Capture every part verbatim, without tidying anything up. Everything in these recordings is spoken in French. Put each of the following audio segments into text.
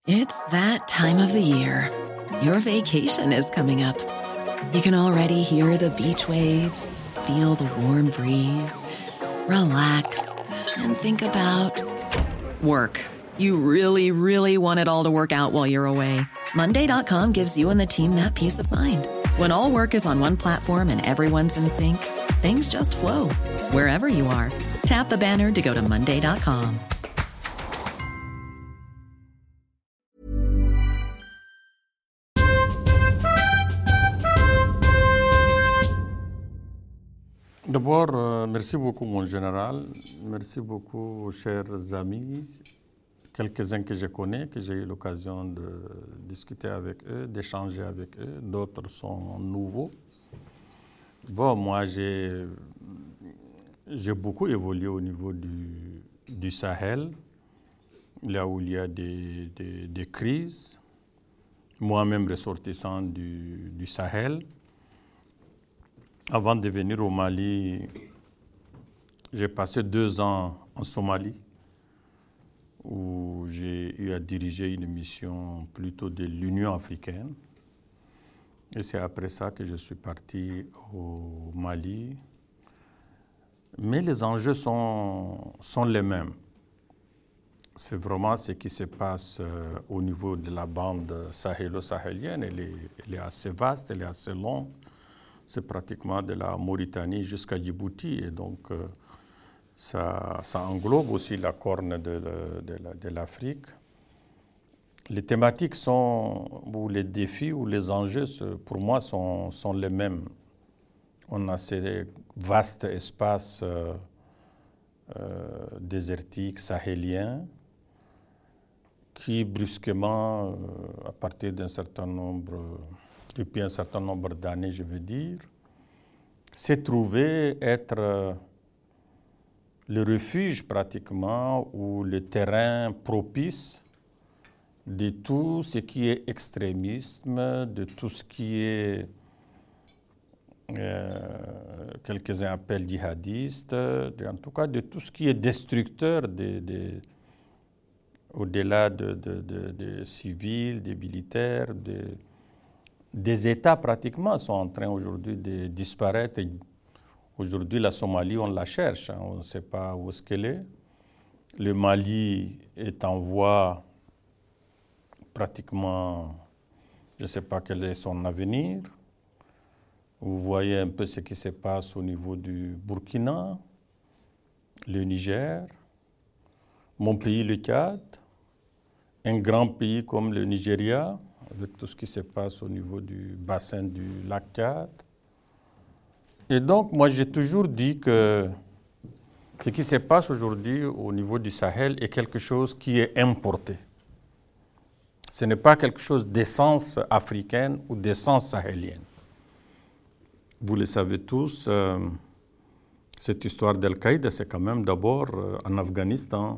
It's that time of the year. Your vacation is coming up. You can already hear the beach waves, feel the warm breeze, relax, and think about work. You really, really want it all to work out while you're away. Monday dot com gives you and the team that peace of mind. When all work is on one platform and everyone's in sync, things just flow. Wherever you are, tap the banner to go to Monday dot com. D'abord, euh, merci beaucoup mon général, merci beaucoup chers amis, quelques-uns que je connais, que j'ai eu l'occasion de discuter avec eux, d'échanger avec eux, d'autres sont nouveaux. Bon, moi j'ai, j'ai beaucoup évolué au niveau du, du Sahel, là où il y a des, des, des crises, moi-même ressortissant du, du Sahel. Avant de venir au Mali, j'ai passé deux ans en Somalie, où j'ai eu à diriger une mission plutôt de l'Union africaine. Et c'est après ça que je suis parti au Mali. Mais les enjeux sont, sont les mêmes. C'est vraiment ce qui se passe au niveau de la bande sahélo-sahélienne. Elle est, elle est assez vaste, elle est assez longue. C'est pratiquement de la Mauritanie jusqu'à Djibouti. Et donc, euh, ça, ça englobe aussi la corne de, de, de l'Afrique. Les thématiques sont, ou les défis ou les enjeux, pour moi, sont, sont les mêmes. On a ces vastes espaces euh, euh, désertiques, sahéliens, qui brusquement, euh, à partir d'un certain nombre depuis un certain nombre d'années, je veux dire, s'est trouvé être euh, le refuge pratiquement ou le terrain propice de tout ce qui est extrémisme, de tout ce qui est, euh, quelques-uns appellent djihadiste, en tout cas de tout ce qui est destructeur de, de, au-delà de, de, de, de civils, des militaires, de, des États pratiquement sont en train aujourd'hui de disparaître. Aujourd'hui, la Somalie, on la cherche, hein, on ne sait pas où est-ce qu'elle est. Le Mali est en voie pratiquement, je ne sais pas quel est son avenir. Vous voyez un peu ce qui se passe au niveau du Burkina, le Niger, mon pays, le Tchad, un grand pays comme le Nigeria, avec tout ce qui se passe au niveau du bassin du lac Tchad. Et donc, moi, j'ai toujours dit que ce qui se passe aujourd'hui au niveau du Sahel est quelque chose qui est importé. Ce n'est pas quelque chose d'essence africaine ou d'essence sahélienne. Vous le savez tous, euh, cette histoire d'Al-Qaïda, c'est quand même d'abord euh, en Afghanistan.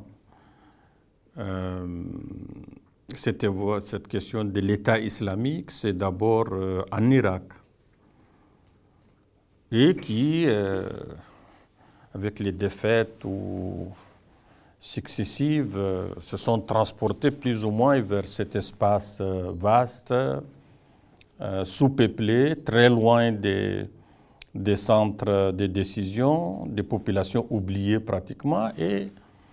Euh, Cette, cette question de l'État islamique, c'est d'abord euh, en Irak. Et qui, euh, avec les défaites ou successives, euh, se sont transportés plus ou moins vers cet espace euh, vaste, euh, sous-peuplé, très loin des, des centres de décision, des populations oubliées pratiquement. Et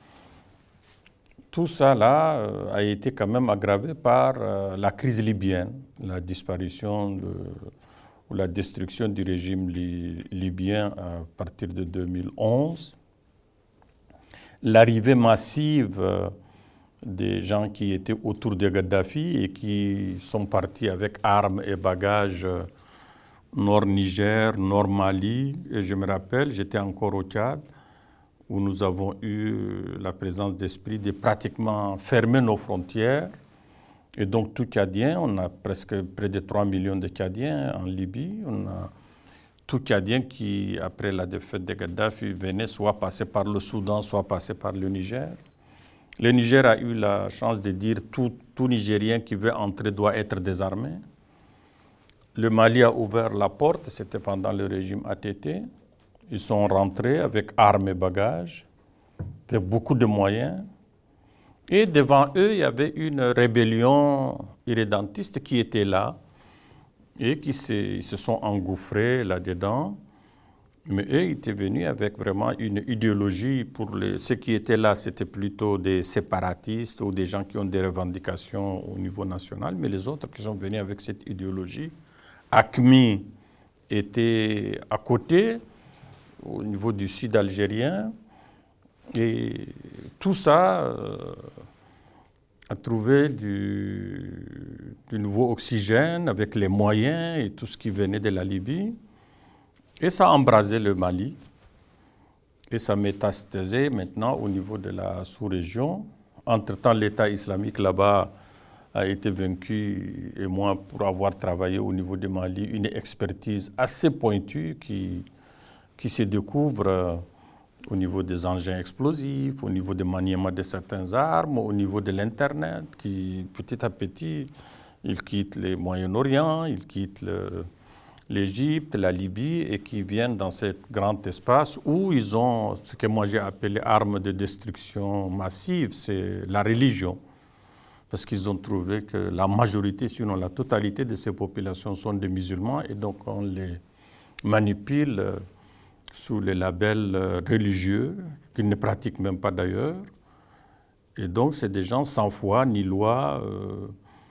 tout ça là euh, a été quand même aggravé par euh, la crise libyenne, la disparition de, ou la destruction du régime li, libyen à partir de deux mille onze, l'arrivée massive euh, des gens qui étaient autour de Kadhafi et qui sont partis avec armes et bagages euh, nord Niger, nord Mali. Et je me rappelle, j'étais encore au Tchad, où nous avons eu la présence d'esprit de pratiquement fermer nos frontières. Et donc, tout Tchadien, on a presque près de trois millions de Tchadiens en Libye. On a tout Tchadien qui, après la défaite de Kadhafi, venait soit passer par le Soudan, soit passer par le Niger. Le Niger a eu la chance de dire tout, tout Nigérien qui veut entrer doit être désarmé. Le Mali a ouvert la porte, c'était pendant le régime A T T. Ils sont rentrés avec armes et bagages, avec beaucoup de moyens. Et devant eux, il y avait une rébellion irrédentiste qui était là et qui se, ils se sont engouffrés là-dedans. Mais eux, ils étaient venus avec vraiment une idéologie. Pour les, ceux qui étaient là, c'était plutôt des séparatistes ou des gens qui ont des revendications au niveau national. Mais les autres qui sont venus avec cette idéologie, A Q M I était à côté, au niveau du sud algérien. Et tout ça euh, a trouvé du, du nouveau oxygène avec les moyens et tout ce qui venait de la Libye. Et ça a embrasé le Mali. Et ça métastasé maintenant au niveau de la sous-région. Entre-temps, l'État islamique là-bas a été vaincu. Et moi, pour avoir travaillé au niveau du Mali, une expertise assez pointue qui, qui se découvre euh, au niveau des engins explosifs, au niveau du maniement de certaines armes, au niveau de l'Internet, qui petit à petit, il quitte le Moyen-Orient, il quitte le, l'Égypte, la Libye, et qui viennent dans ce grand espace où ils ont ce que moi j'ai appelé armes de destruction massive, c'est la religion. Parce qu'ils ont trouvé que la majorité, sinon la totalité de ces populations sont des musulmans, et donc on les manipule sous les labels religieux, qu'ils ne pratiquent même pas d'ailleurs. Et donc, c'est des gens sans foi ni loi, euh,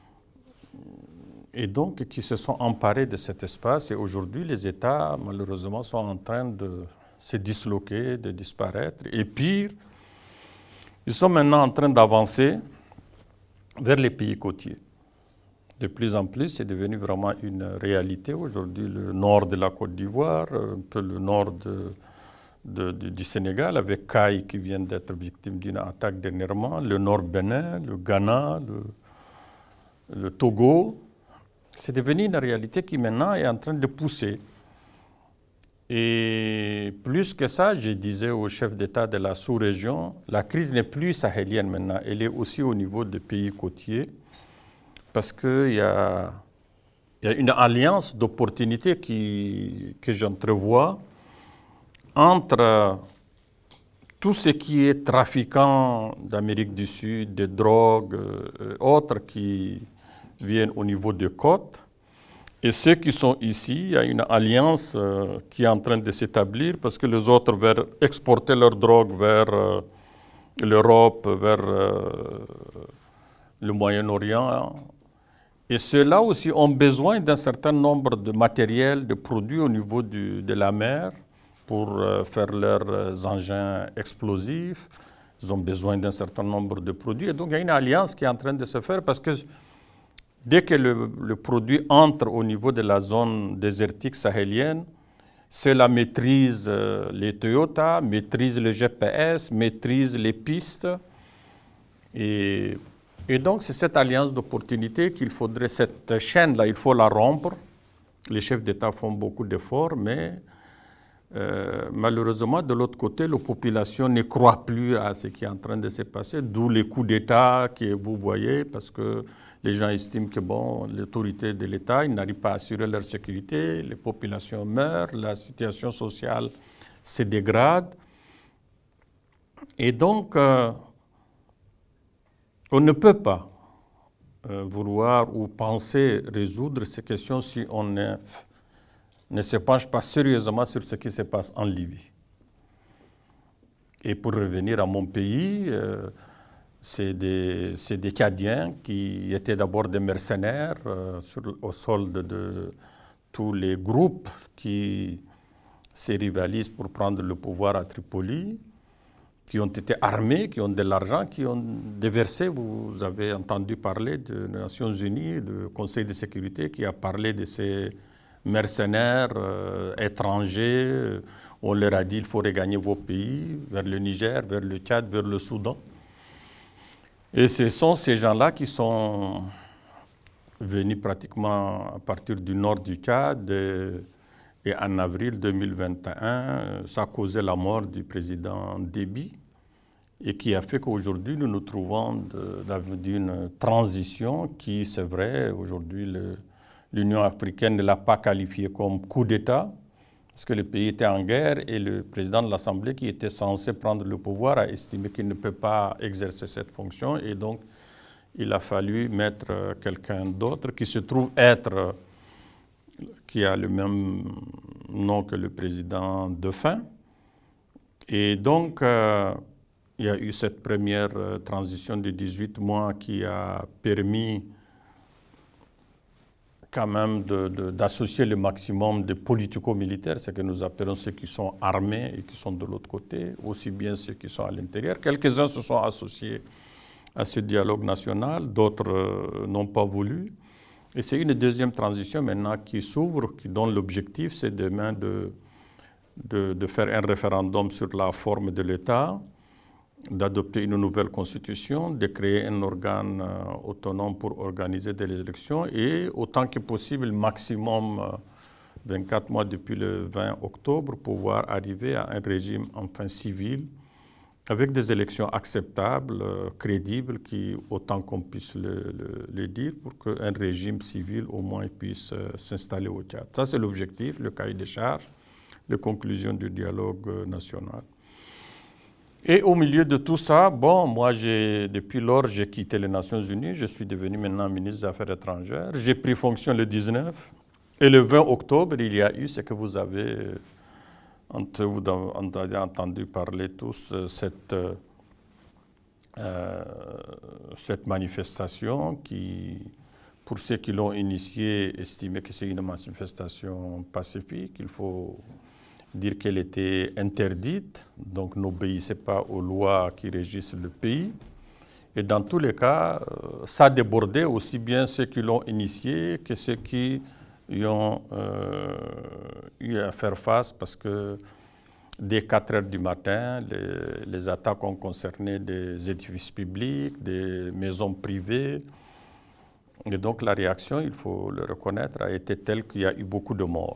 et donc qui se sont emparés de cet espace. Et aujourd'hui, les États, malheureusement, sont en train de se disloquer, de disparaître. Et pire, ils sont maintenant en train d'avancer vers les pays côtiers. De plus en plus, c'est devenu vraiment une réalité. Aujourd'hui, le nord de la Côte d'Ivoire, un peu le nord de, de, de, du Sénégal, avec Caille qui vient d'être victime d'une attaque dernièrement, le nord Bénin, le Ghana, le, le Togo. C'est devenu une réalité qui maintenant est en train de pousser. Et plus que ça, je disais au chef d'État de la sous-région, la crise n'est plus sahélienne maintenant, elle est aussi au niveau des pays côtiers. Parce qu'il y a, y a une alliance d'opportunités qui, que j'entrevois entre tout ce qui est trafiquant d'Amérique du Sud, de drogue, euh, autres qui viennent au niveau des côtes, et ceux qui sont ici. Il y a une alliance euh, qui est en train de s'établir parce que les autres veulent exporter leur drogue vers euh, l'Europe, vers euh, le Moyen-Orient. Et ceux-là aussi ont besoin d'un certain nombre de matériel, de produits au niveau du, de la mer pour euh, faire leurs euh, engins explosifs. Ils ont besoin d'un certain nombre de produits. Et donc, il y a une alliance qui est en train de se faire parce que dès que le, le produit entre au niveau de la zone désertique sahélienne, ceux-là maîtrisent euh, les Toyota, maîtrisent le G P S, maîtrisent les pistes. Et Et donc, c'est cette alliance d'opportunités qu'il faudrait, cette chaîne-là, il faut la rompre. Les chefs d'État font beaucoup d'efforts, mais euh, malheureusement, de l'autre côté, la population ne croit plus à ce qui est en train de se passer, d'où les coups d'État que vous voyez, parce que les gens estiment que, bon, l'autorité de l'État, ils n'arrivent pas à assurer leur sécurité, les populations meurent, la situation sociale se dégrade. Et donc, euh, on ne peut pas euh, vouloir ou penser résoudre ces questions si on ne, ne se penche pas sérieusement sur ce qui se passe en Libye. Et pour revenir à mon pays, euh, c'est des, c'est des Tchadiens qui étaient d'abord des mercenaires euh, sur, au solde de tous les groupes qui se rivalisent pour prendre le pouvoir à Tripoli, qui ont été armés, qui ont de l'argent, qui ont déversé. Vous avez entendu parler des Nations Unies, du Conseil de sécurité, qui a parlé de ces mercenaires euh, étrangers. On leur a dit il faut regagner vos pays, vers le Niger, vers le Tchad, vers le Soudan. Et ce sont ces gens-là qui sont venus pratiquement à partir du nord du Tchad. Et, et en avril deux mille vingt et un, ça a causé la mort du président Déby, et qui a fait qu'aujourd'hui, nous nous trouvons d'une transition qui, c'est vrai, aujourd'hui, l'Union africaine ne l'a pas qualifiée comme coup d'État, Parce que le pays était en guerre et le président de l'Assemblée qui était censé prendre le pouvoir a estimé qu'il ne peut pas exercer cette fonction et donc il a fallu mettre quelqu'un d'autre qui se trouve être, qui a le même nom que le président défunt. Et donc, euh, il y a eu cette première transition de dix-huit mois qui a permis quand même d'associer le maximum de politico-militaires, ce que nous appelons ceux qui sont armés et qui sont de l'autre côté, aussi bien ceux qui sont à l'intérieur. Quelques-uns se sont associés à ce dialogue national, d'autres euh, n'ont pas voulu. Et c'est une deuxième transition maintenant qui s'ouvre, qui dont l'objectif c'est demain de, de, de faire un référendum sur la forme de l'État, d'adopter une nouvelle constitution, de créer un organe euh, autonome pour organiser des élections et autant que possible, maximum euh, vingt-quatre mois depuis le vingt octobre, pouvoir arriver à un régime enfin civil avec des élections acceptables, euh, crédibles, qui, autant qu'on puisse le, le, le dire, pour qu'un régime civil au moins puisse euh, s'installer au Tchad. Ça, c'est l'objectif, le cahier des charges, les conclusions du dialogue euh, national. Et au milieu de tout ça, bon, moi, depuis lors, j'ai quitté les Nations Unies, je suis devenu maintenant ministre des Affaires étrangères. J'ai pris fonction le dix-neuf, et le vingt octobre, il y a eu ce que vous avez, vous avez entendu parler tous, cette, euh, cette manifestation qui, pour ceux qui l'ont initiée, estimaient que c'est une manifestation pacifique. Il faut dire qu'elle était interdite, donc n'obéissait pas aux lois qui régissent le pays. Et dans tous les cas, ça débordait aussi bien ceux qui l'ont initié que ceux qui y ont euh, eu à faire face, parce que dès quatre heures du matin, les, les attaques ont concerné des édifices publics, des maisons privées. Et donc la réaction, il faut le reconnaître, a été telle qu'il y a eu beaucoup de morts.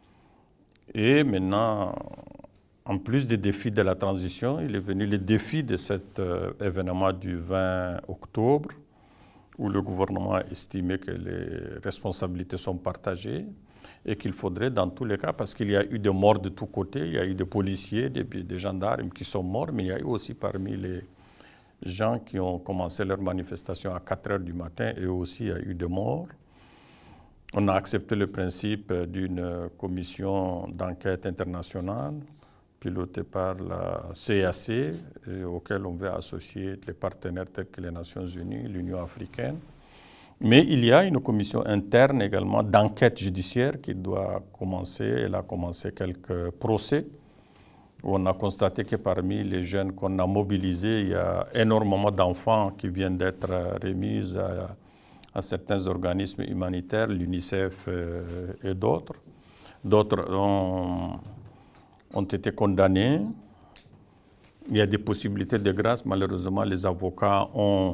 Et maintenant, en plus des défis de la transition, il est venu le défi de cet euh, événement du vingt octobre, où le gouvernement a estimé que les responsabilités sont partagées et qu'il faudrait, dans tous les cas, parce qu'il y a eu des morts de tous côtés, il y a eu des policiers, des, des gendarmes qui sont morts, mais il y a eu aussi parmi les gens qui ont commencé leur manifestation à quatre heures du matin, et aussi il y a eu des morts. On a accepté le principe d'une commission d'enquête internationale pilotée par la C A C, et auquel on veut associer les partenaires tels que les Nations Unies, l'Union africaine. Mais il y a une commission interne également d'enquête judiciaire qui doit commencer. Elle a commencé quelques procès où on a constaté que parmi les jeunes qu'on a mobilisés, il y a énormément d'enfants qui viennent d'être remis à à certains organismes humanitaires, l'UNICEF euh, et d'autres. D'autres ont, ont été condamnés. Il y a des possibilités de grâce. Malheureusement, les avocats ont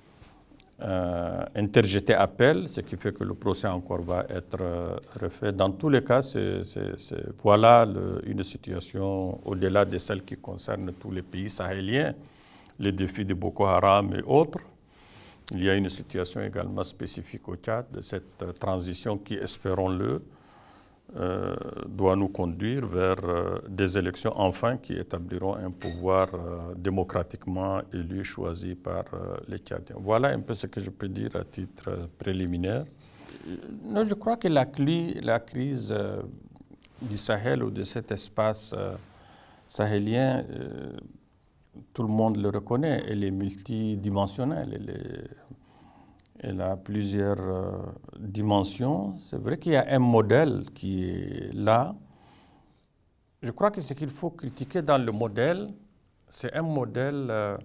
euh, interjeté appel, ce qui fait que le procès encore va être euh, refait. Dans tous les cas, c'est, c'est, c'est, voilà le, une situation au-delà de celle qui concerne tous les pays sahéliens, les défis de Boko Haram et autres. Il y a une situation également spécifique au Tchad de cette transition qui, espérons-le, euh, doit nous conduire vers euh, des élections enfin qui établiront un pouvoir euh, démocratiquement élu, choisi par euh, les Tchadiens. Voilà un peu ce que je peux dire à titre euh, préliminaire. Non, je crois que la, cli, la crise euh, du Sahel ou de cet espace euh, sahélien, euh, tout le monde le reconnaît, elle est multidimensionnelle, elle, est, elle a plusieurs euh, dimensions. C'est vrai qu'il y a un modèle qui est là. Je crois que ce qu'il faut critiquer dans le modèle, c'est un modèle euh,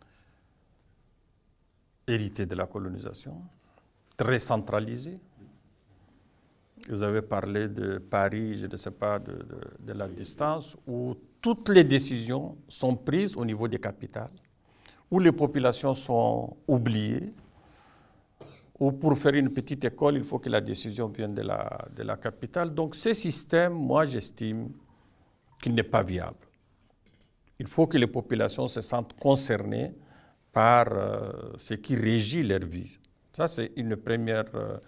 hérité de la colonisation, très centralisé. Vous avez parlé de Paris, je ne sais pas, de, de, de la distance, où toutes les décisions sont prises au niveau des capitales, où les populations sont oubliées, où pour faire une petite école, il faut que la décision vienne de la, de la capitale. Donc ce système, moi j'estime qu'il n'est pas viable. Il faut que les populations se sentent concernées par euh, ce qui régit leur vie. Ça, c'est une première... Euh,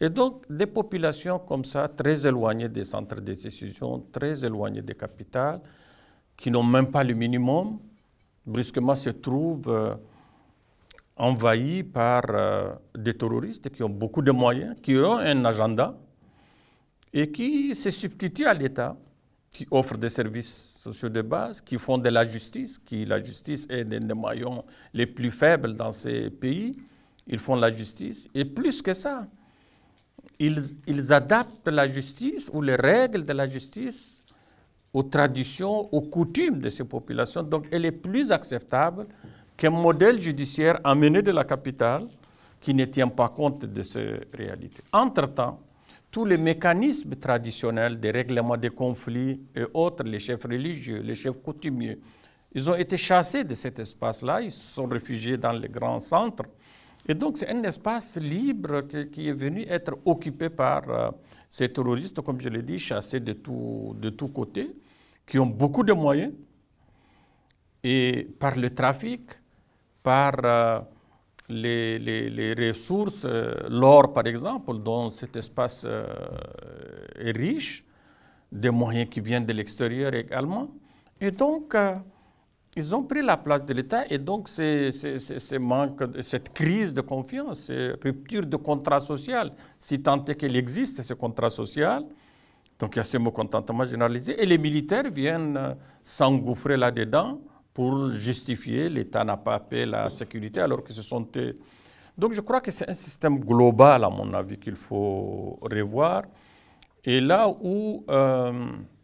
Et donc, des populations comme ça, très éloignées des centres de décision, très éloignées des capitales, qui n'ont même pas le minimum, brusquement se trouvent euh, envahies par euh, des terroristes qui ont beaucoup de moyens, qui ont un agenda et qui se substituent à l'État, qui offrent des services sociaux de base, qui font de la justice, qui la justice est l'un des maillons les plus faibles dans ces pays. Ils font la justice. Et plus que ça, ils, ils adaptent la justice ou les règles de la justice aux traditions, aux coutumes de ces populations. Donc, elle est plus acceptable qu'un modèle judiciaire amené de la capitale qui ne tient pas compte de ces réalités. Entre-temps, tous les mécanismes traditionnels des règlements des conflits et autres, les chefs religieux, les chefs coutumiers, ils ont été chassés de cet espace-là, ils se sont réfugiés dans les grands centres. Et donc, c'est un espace libre qui, qui est venu être occupé par euh, ces terroristes, comme je l'ai dit, chassés de tous de tous côtés, qui ont beaucoup de moyens, et par le trafic, par euh, les, les, les ressources, euh, l'or par exemple, dont cet espace euh, est riche, des moyens qui viennent de l'extérieur également. Et donc, euh, ils ont pris la place de l'État et donc c'est, c'est, c'est, c'est manque, cette crise de confiance, cette rupture de contrat social, si tant est qu'il existe ce contrat social, donc il y a ce mécontentement généralisé et les militaires viennent euh, s'engouffrer là-dedans pour justifier l'État n'a pas fait la sécurité alors que ce sont eux. Donc je crois que c'est un système global à mon avis qu'il faut revoir. Et là où euh,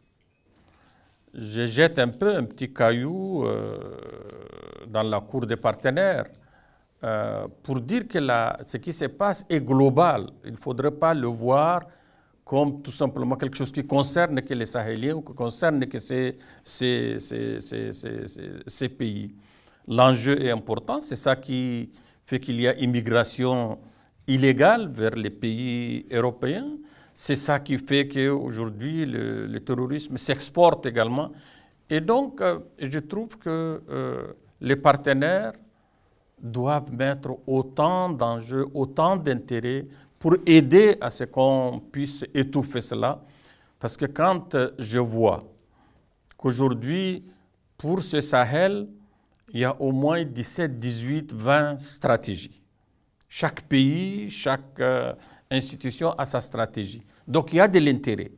je jette un peu un petit caillou euh, dans la cour des partenaires euh, pour dire que la, ce qui se passe est global. Il ne faudrait pas le voir comme tout simplement quelque chose qui concerne que les Sahéliens ou qui concerne que ces, ces, ces, ces, ces, ces pays. L'enjeu est important, c'est ça qui fait qu'il y a immigration illégale vers les pays européens. C'est ça qui fait qu'aujourd'hui, le, le terrorisme s'exporte également. Et donc, euh, je trouve que euh, les partenaires doivent mettre autant d'enjeux, autant d'intérêts pour aider à ce qu'on puisse étouffer cela. Parce que quand je vois qu'aujourd'hui, pour ce Sahel, il y a au moins dix-sept, dix-huit, vingt stratégies. Chaque pays, chaque euh, institution a sa stratégie. Donc, il y a de l'intérêt.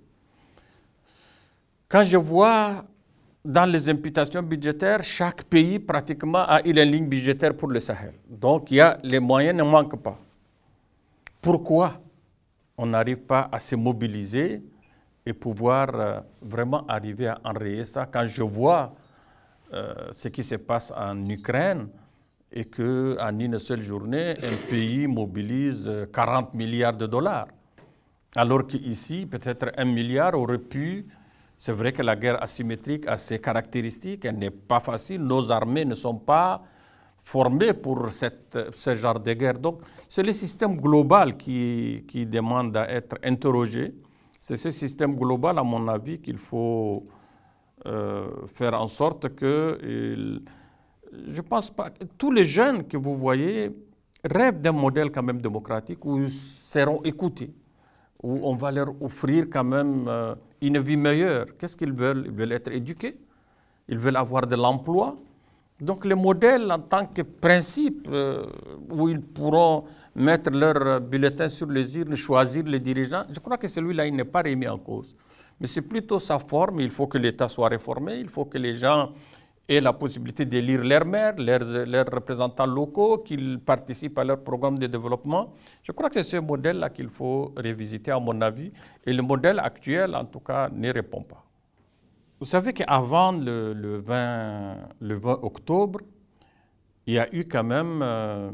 Quand je vois dans les imputations budgétaires, chaque pays pratiquement a une ligne budgétaire pour le Sahel. Donc, il y a, les moyens ne manquent pas. Pourquoi on n'arrive pas à se mobiliser et pouvoir euh, vraiment arriver à enrayer ça? Quand je vois euh, ce qui se passe en Ukraine, et qu'en une seule journée, un pays mobilise quarante milliards de dollars. Alors qu'ici, peut-être un milliard aurait pu... C'est vrai que la guerre asymétrique a ses caractéristiques, elle n'est pas facile, nos armées ne sont pas formées pour cette, ce genre de guerre. Donc, c'est le système global qui, qui demande à être interrogé. C'est ce système global, à mon avis, qu'il faut euh, faire en sorte que... Il, je pense pas. Tous les jeunes que vous voyez rêvent d'un modèle quand même démocratique où ils seront écoutés, où on va leur offrir quand même euh, une vie meilleure. Qu'est-ce qu'ils veulent? Ils veulent être éduqués, ils veulent avoir de l'emploi. Donc le modèle en tant que principe euh, où ils pourront mettre leur bulletin sur les urnes, choisir les dirigeants, je crois que celui-là, il n'est pas remis en cause. Mais c'est plutôt sa forme. Il faut que l'État soit réformé, il faut que les gens aient la possibilité d'élire leurs maires, leurs, leurs représentants locaux, qu'ils participent à leur programme de développement. Je crois que c'est ce modèle-là qu'il faut révisiter, à mon avis. Et le modèle actuel, en tout cas, n'y répond pas. Vous savez qu'avant le, le, vingt, le vingt octobre, il y a eu quand même euh,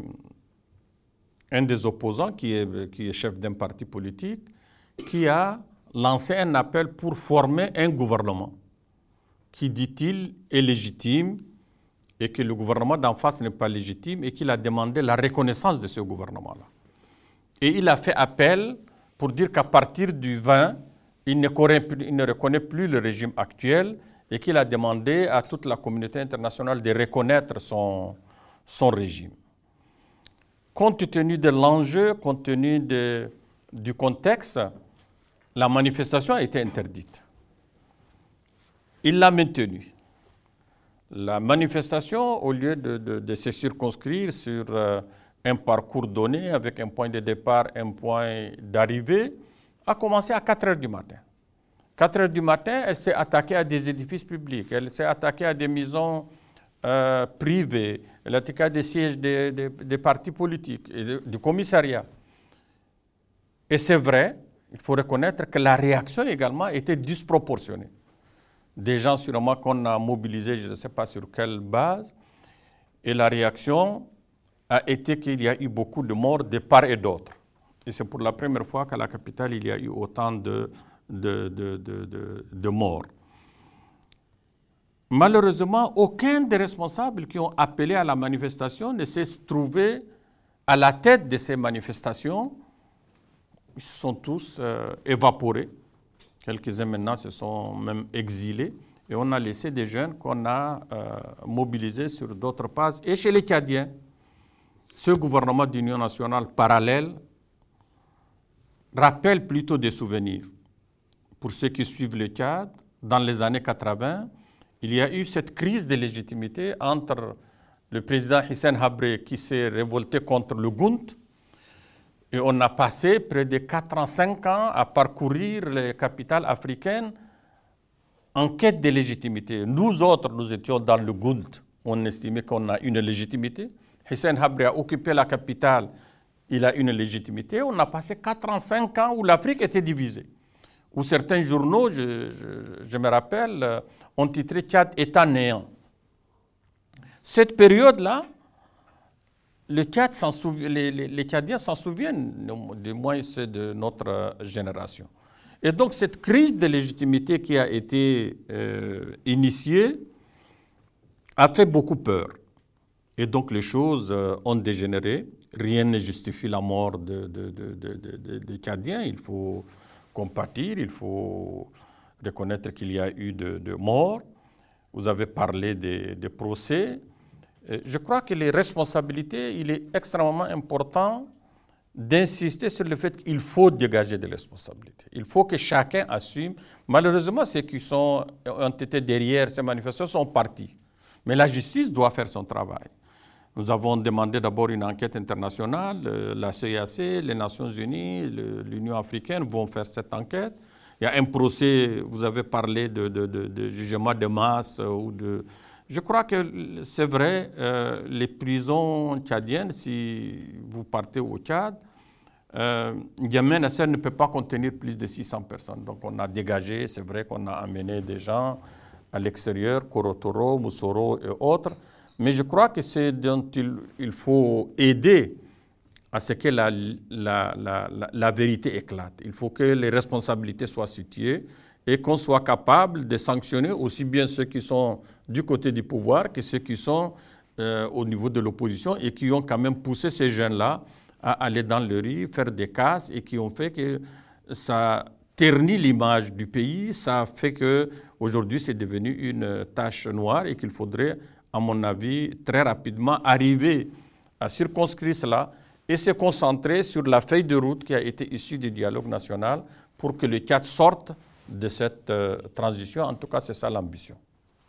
un des opposants, qui est, qui est chef d'un parti politique, qui a lancé un appel pour former un gouvernement qui, dit-il, est légitime et que le gouvernement d'en face n'est pas légitime et qu'il a demandé la reconnaissance de ce gouvernement-là. Et il a fait appel pour dire qu'à partir du vingt, il ne, il ne reconnaît plus le régime actuel et qu'il a demandé à toute la communauté internationale de reconnaître son, son régime. Compte tenu de l'enjeu, compte tenu de du contexte, la manifestation a été interdite. Il l'a maintenue. La manifestation, au lieu de, de, de se circonscrire sur euh, un parcours donné, avec un point de départ, un point d'arrivée, a commencé à quatre heures du matin. quatre heures du matin, elle s'est attaquée à des édifices publics, elle s'est attaquée à des maisons euh, privées, elle a attaqué à des sièges des, des, des partis politiques et de, du commissariat. Et c'est vrai, il faut reconnaître que la réaction également était disproportionnée. Des gens sûrement qu'on a mobilisés, je ne sais pas sur quelle base, et la réaction a été qu'il y a eu beaucoup de morts de part et d'autre. Et c'est pour la première fois qu'à la capitale, il y a eu autant de, de, de, de, de, de morts. Malheureusement, aucun des responsables qui ont appelé à la manifestation ne s'est trouvé à la tête de ces manifestations. Ils se sont tous euh, évaporés. Quelques-uns maintenant se sont même exilés. Et on a laissé des jeunes qu'on a euh, mobilisés sur d'autres bases. Et chez les Tchadiens, ce gouvernement d'union nationale parallèle rappelle plutôt des souvenirs. Pour ceux qui suivent le Tchad, dans les années quatre-vingt, il y a eu cette crise de légitimité entre le président Hissène Habré qui s'est révolté contre le Gounth. Et on a passé près de quatre ans, cinq ans à parcourir les capitales africaines en quête de légitimité. Nous autres, nous étions dans le Gounth. On estimait qu'on a une légitimité. Hissène Habré a occupé la capitale. Il a une légitimité. On a passé quatre ans, cinq ans où l'Afrique était divisée. Où certains journaux, je, je, je me rappelle, ont titré « Tchad État néant ». Cette période-là, Le Tchad les, les, les Tchadiens s'en souviennent, du moins c'est de notre génération. Et donc cette crise de légitimité qui a été euh, initiée a fait beaucoup peur. Et donc les choses euh, ont dégénéré. Rien ne justifie la mort de, de, de, de, de, de, de Tchadiens. Il faut compatir, il faut reconnaître qu'il y a eu de, de morts. Vous avez parlé des, des procès. Je crois que les responsabilités, il est extrêmement important d'insister sur le fait qu'il faut dégager des responsabilités. Il faut que chacun assume. Malheureusement, ceux qui sont, ont été derrière ces manifestations sont partis. Mais la justice doit faire son travail. Nous avons demandé d'abord une enquête internationale. La C E A C, les Nations Unies, l'Union africaine vont faire cette enquête. Il y a un procès, vous avez parlé de, de, de, de jugement de masse ou de... Je crois que c'est vrai, euh, les prisons tchadiennes, si vous partez au Tchad, euh, N'Djamena Nasser ne peut pas contenir plus de six cents personnes. Donc on a dégagé, c'est vrai qu'on a amené des gens à l'extérieur, Korotoro, Moussoro et autres, mais je crois que c'est dont il, il faut aider à ce que la, la, la, la, la vérité éclate. Il faut que les responsabilités soient situées et qu'on soit capable de sanctionner aussi bien ceux qui sont du côté du pouvoir que ceux qui sont euh, au niveau de l'opposition et qui ont quand même poussé ces jeunes-là à aller dans le riz, faire des casses et qui ont fait que ça ternit l'image du pays, ça fait qu'aujourd'hui c'est devenu une tache noire et qu'il faudrait, à mon avis, très rapidement arriver à circonscrire cela et se concentrer sur la feuille de route qui a été issue du dialogue national pour que le Tchad sorte de cette euh, transition. En tout cas, c'est ça l'ambition.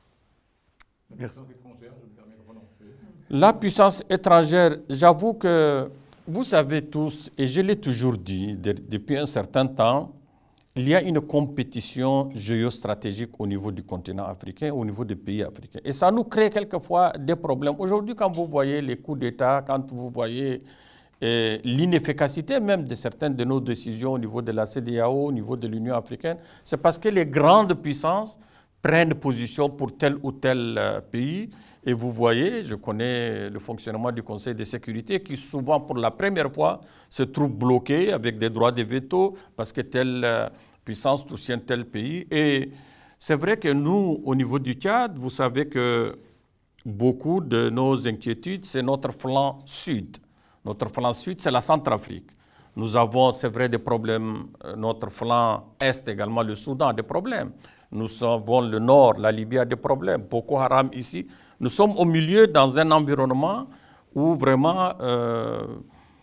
La puissance étrangère, je me permets de relancer. La puissance étrangère, j'avoue que vous savez tous, et je l'ai toujours dit de, depuis un certain temps, il y a une compétition géostratégique au niveau du continent africain, au niveau des pays africains. Et ça nous crée quelquefois des problèmes. Aujourd'hui, quand vous voyez les coups d'État, quand vous voyez et l'inefficacité même de certaines de nos décisions au niveau de la C E D E A O, au niveau de l'Union africaine, c'est parce que les grandes puissances prennent position pour tel ou tel pays. Et vous voyez, je connais le fonctionnement du Conseil de sécurité qui souvent, pour la première fois, se trouve bloqué avec des droits de veto parce que telle puissance soutient tel pays. Et c'est vrai que nous, au niveau du Tchad, vous savez que beaucoup de nos inquiétudes, c'est notre flanc sud. Notre flanc sud, c'est la Centrafrique. Nous avons, c'est vrai, des problèmes. Notre flanc est également, le Soudan, a des problèmes. Nous avons le nord, la Libye a des problèmes. Boko Haram ici. Nous sommes au milieu dans un environnement où vraiment euh,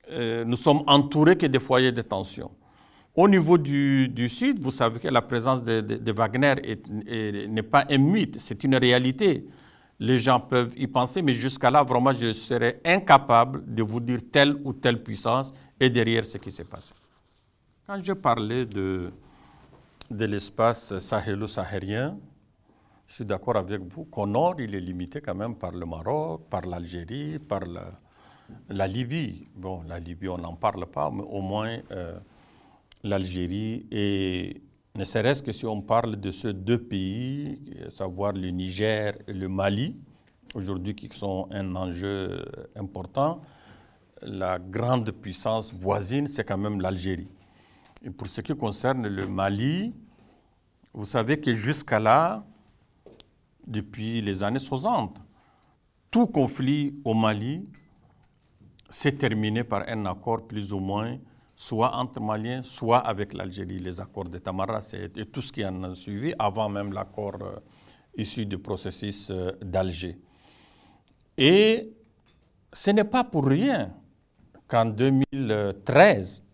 euh, nous sommes entourés que des foyers de tension. Au niveau du, du Sud, vous savez que la présence de, de, de Wagner n'est pas un mythe, c'est une réalité. Les gens peuvent y penser, mais jusqu'à là, vraiment, je serais incapable de vous dire telle ou telle puissance est derrière ce qui s'est passé. Quand je parlais de, de l'espace sahélo-sahélien, je suis d'accord avec vous qu'au nord, il est limité quand même par le Maroc, par l'Algérie, par la, la Libye. Bon, la Libye, on n'en parle pas, mais au moins euh, l'Algérie et ne serait-ce que si on parle de ces deux pays, à savoir le Niger et le Mali, aujourd'hui qui sont un enjeu important, la grande puissance voisine, c'est quand même l'Algérie. Et pour ce qui concerne le Mali, vous savez que jusqu'à là, depuis les années soixante, tout conflit au Mali s'est terminé par un accord plus ou moins soit entre Maliens, soit avec l'Algérie, les accords de Tamara et tout ce qui en a suivi, avant même l'accord euh, issu du processus euh, d'Alger. Et ce n'est pas pour rien qu'en deux mille treize,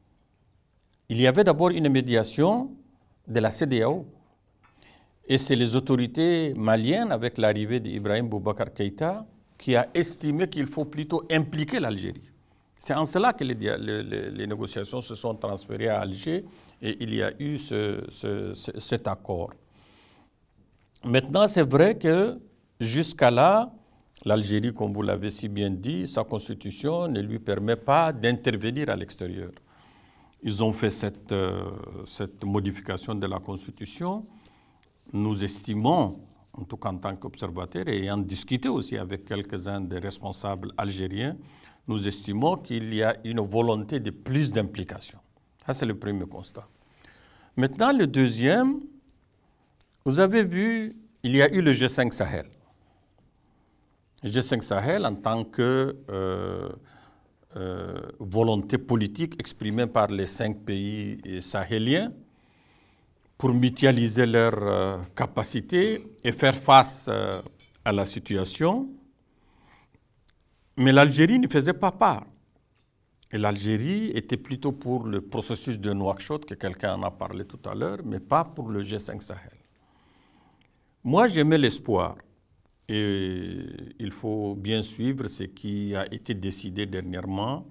il y avait d'abord une médiation de la C E D E A O. Et c'est les autorités maliennes, avec l'arrivée d'Ibrahim Boubacar Keïta, qui a estimé qu'il faut plutôt impliquer l'Algérie. C'est en cela que les, les, les négociations se sont transférées à Alger et il y a eu ce, ce, ce, cet accord. Maintenant, c'est vrai que jusqu'à là, l'Algérie, comme vous l'avez si bien dit, sa constitution ne lui permet pas d'intervenir à l'extérieur. Ils ont fait cette, euh, cette modification de la constitution. Nous estimons, en tout cas en tant qu'observateurs, et ayant discuté aussi avec quelques-uns des responsables algériens, nous estimons qu'il y a une volonté de plus d'implication. Ça, c'est le premier constat. Maintenant, le deuxième, vous avez vu, il y a eu le G cinq Sahel. Le G cinq Sahel, en tant que euh, euh, volonté politique exprimée par les cinq pays sahéliens pour mutualiser leurs euh, capacités et faire face euh, à la situation. Mais l'Algérie ne faisait pas part. Et l'Algérie était plutôt pour le processus de Nouakchott, que quelqu'un en a parlé tout à l'heure, mais pas pour le G cinq Sahel. Moi, j'aimais l'espoir. Et il faut bien suivre ce qui a été décidé dernièrement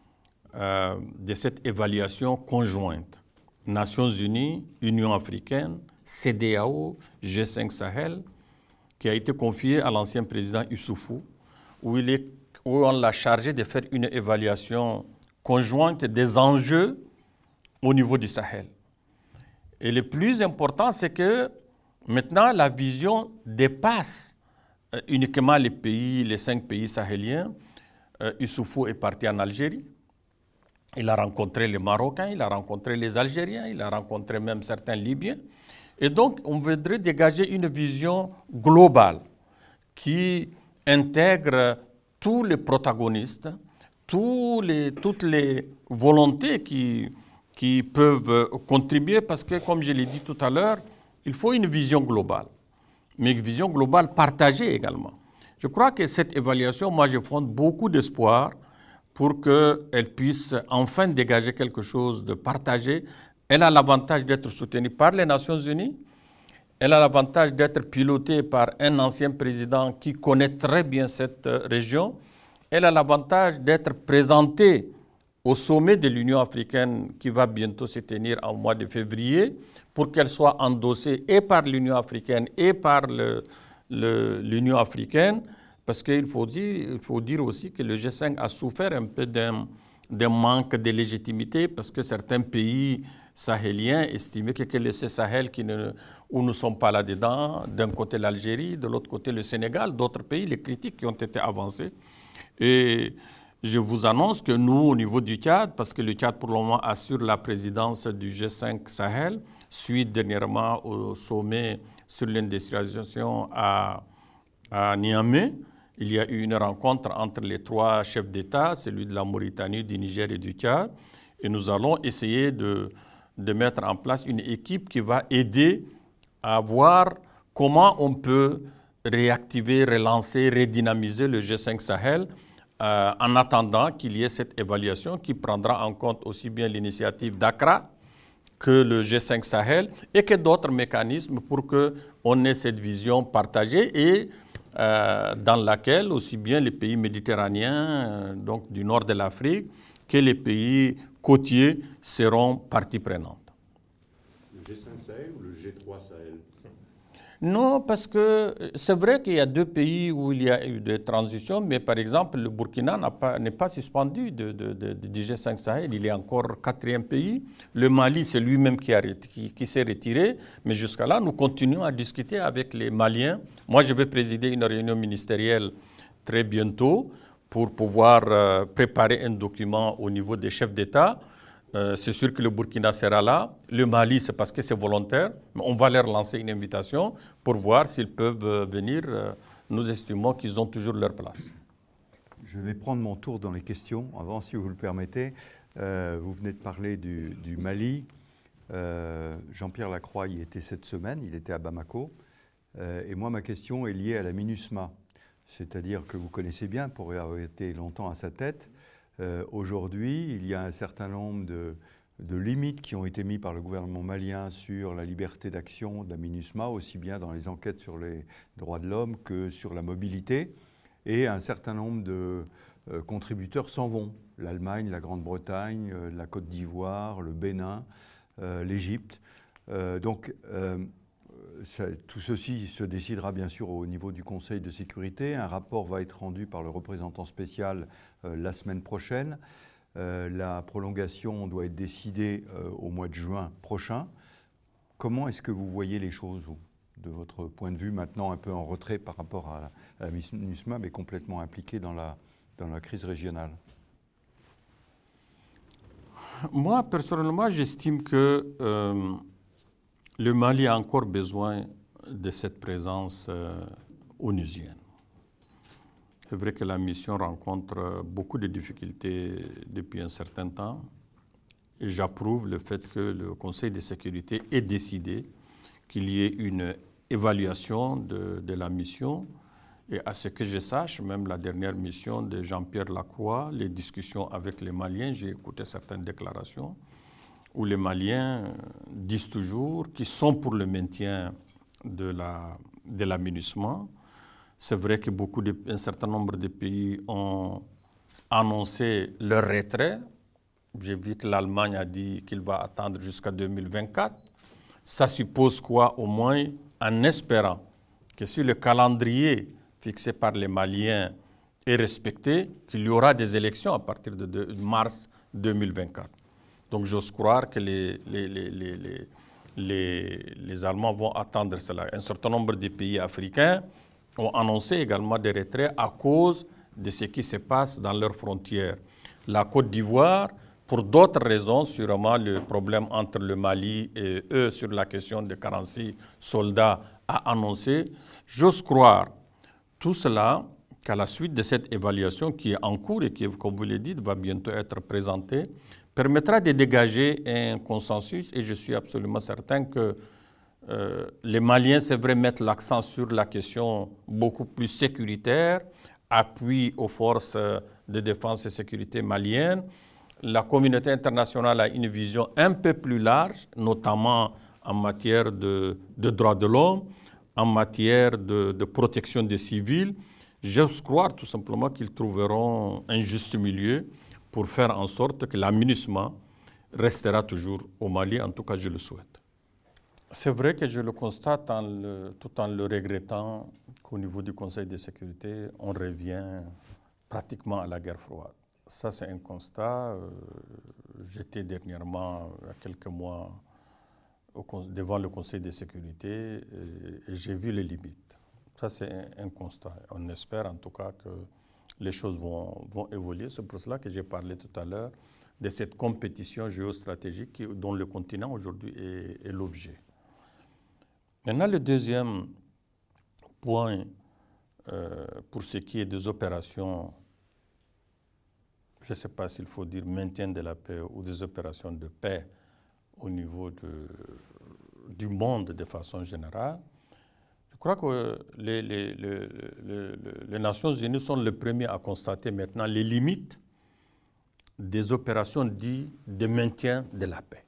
euh, de cette évaluation conjointe. Nations Unies, Union africaine, C E D E A O, G cinq Sahel, qui a été confiée à l'ancien président Issoufou, où il est où on l'a chargé de faire une évaluation conjointe des enjeux au niveau du Sahel. Et le plus important, c'est que maintenant, la vision dépasse euh, uniquement les pays, les cinq pays sahéliens. Euh, Issoufou est parti en Algérie. Il a rencontré les Marocains, il a rencontré les Algériens, il a rencontré même certains Libyens. Et donc, on voudrait dégager une vision globale qui intègre tous les protagonistes, tous les, toutes les volontés qui, qui peuvent contribuer, parce que, comme je l'ai dit tout à l'heure, il faut une vision globale, mais une vision globale partagée également. Je crois que cette évaluation, moi, je fonde beaucoup d'espoir pour qu'elle puisse enfin dégager quelque chose de partagé. Elle a l'avantage d'être soutenue par les Nations Unies. Elle a l'avantage d'être pilotée par un ancien président qui connaît très bien cette région. Elle a l'avantage d'être présentée au sommet de l'Union africaine qui va bientôt se tenir en mois de février pour qu'elle soit endossée et par l'Union africaine et par le, le, l'Union africaine. Parce qu'il faut dire, il faut dire aussi que le G cinq a souffert un peu d'un, d'un manque de légitimité parce que certains pays sahéliens estimaient que, que le Sahel qui ne, où nous ne sommes pas là-dedans, d'un côté l'Algérie, de l'autre côté le Sénégal, d'autres pays, les critiques qui ont été avancées. Et je vous annonce que nous, au niveau du Tchad, parce que le Tchad pour le moment assure la présidence du G cinq Sahel, suite dernièrement au sommet sur l'industrialisation à, à Niamey, il y a eu une rencontre entre les trois chefs d'État, celui de la Mauritanie, du Niger et du Tchad, et nous allons essayer de, de mettre en place une équipe qui va aider à voir comment on peut réactiver, relancer, redynamiser le G cinq Sahel euh, en attendant qu'il y ait cette évaluation qui prendra en compte aussi bien l'initiative d'Accra que le G cinq Sahel et que d'autres mécanismes pour qu'on ait cette vision partagée et euh, dans laquelle aussi bien les pays méditerranéens, euh, donc du nord de l'Afrique, que les pays côtiers seront partie prenante. Le G cinq Sahel ou le G trois Sahel? Non, parce que c'est vrai qu'il y a deux pays où il y a eu des transitions, mais par exemple, le Burkina n'est pas, pas suspendu de, de, de, du G cinq Sahel, il est encore quatrième pays. Le Mali, c'est lui-même qui, qui, qui s'est retiré, mais jusqu'à là, nous continuons à discuter avec les Maliens. Moi, je vais présider une réunion ministérielle très bientôt pour pouvoir euh, préparer un document au niveau des chefs d'État. Euh, c'est sûr que le Burkina sera là. Le Mali, c'est parce que c'est volontaire. Mais on va leur lancer une invitation pour voir s'ils peuvent venir. Euh, nous estimons qu'ils ont toujours leur place. Je vais prendre mon tour dans les questions. Avant, si vous le permettez, euh, vous venez de parler du, du Mali. Euh, Jean-Pierre Lacroix y était cette semaine. Il était à Bamako. Euh, et moi, ma question est liée à la MINUSMA. C'est-à-dire que vous connaissez bien, pour avoir été longtemps à sa tête. Euh, Aujourd'hui, il y a un certain nombre de, de limites qui ont été mises par le gouvernement malien sur la liberté d'action de la MINUSMA, aussi bien dans les enquêtes sur les droits de l'homme que sur la mobilité. Et un certain nombre de euh, contributeurs s'en vont. L'Allemagne, la Grande-Bretagne, euh, la Côte d'Ivoire, le Bénin, euh, l'Égypte. Euh, donc, euh, ça, tout ceci se décidera bien sûr au niveau du Conseil de sécurité. Un rapport va être rendu par le représentant spécial euh, la semaine prochaine. Euh, la prolongation doit être décidée euh, au mois de juin prochain. Comment est-ce que vous voyez les choses, vous, de votre point de vue, maintenant un peu en retrait par rapport à la, à la MINUSMA, mais complètement impliquée dans la, dans la crise régionale? Moi, personnellement, j'estime que euh, le Mali a encore besoin de cette présence euh, onusienne. C'est vrai que la mission rencontre beaucoup de difficultés depuis un certain temps et j'approuve le fait que le Conseil de sécurité ait décidé qu'il y ait une évaluation de, de la mission. Et à ce que je sache, même la dernière mission de Jean-Pierre Lacroix, les discussions avec les Maliens, j'ai écouté certaines déclarations où les Maliens disent toujours qu'ils sont pour le maintien de la, de la MINUSMA. C'est vrai que beaucoup de, un certain nombre de pays ont annoncé leur retrait. J'ai vu que l'Allemagne a dit qu'il va attendre jusqu'à deux mille vingt-quatre. Ça suppose quoi, au moins, en espérant que si le calendrier fixé par les Maliens est respecté, qu'il y aura des élections à partir de, de mars deux mille vingt-quatre. Donc j'ose croire que les, les, les, les, les, les, les Allemands vont attendre cela. Un certain nombre de pays africains ont annoncé également des retraits à cause de ce qui se passe dans leurs frontières. La Côte d'Ivoire, pour d'autres raisons, sûrement le problème entre le Mali et eux sur la question de quarante-six soldats, a annoncé. J'ose croire tout cela qu'à la suite de cette évaluation qui est en cours et qui, comme vous l'avez dit, va bientôt être présentée, permettra de dégager un consensus et je suis absolument certain que euh, les Maliens, c'est vrai, mettent l'accent sur la question beaucoup plus sécuritaire, appui aux forces de défense et sécurité maliennes. La communauté internationale a une vision un peu plus large, notamment en matière de, de droits de l'homme, en matière de, de protection des civils. J'ose croire tout simplement qu'ils trouveront un juste milieu pour faire en sorte que la MINUSMA restera toujours au Mali, en tout cas je le souhaite. C'est vrai que je le constate en le, tout en le regrettant qu'au niveau du Conseil de sécurité, on revient pratiquement à la guerre froide. Ça, c'est un constat. Euh, J'étais dernièrement, il y a quelques mois, au, devant le Conseil de sécurité et, et j'ai vu les limites. Ça, c'est un, un constat. On espère en tout cas que les choses vont, vont évoluer. C'est pour cela que j'ai parlé tout à l'heure de cette compétition géostratégique qui, dont le continent aujourd'hui est, est l'objet. Maintenant, le deuxième point euh, pour ce qui est des opérations, je ne sais pas s'il faut dire maintien de la paix ou des opérations de paix au niveau de, du monde de façon générale, je crois que les, les, les, les, les Nations Unies sont les premiers à constater maintenant les limites des opérations dites de maintien de la paix.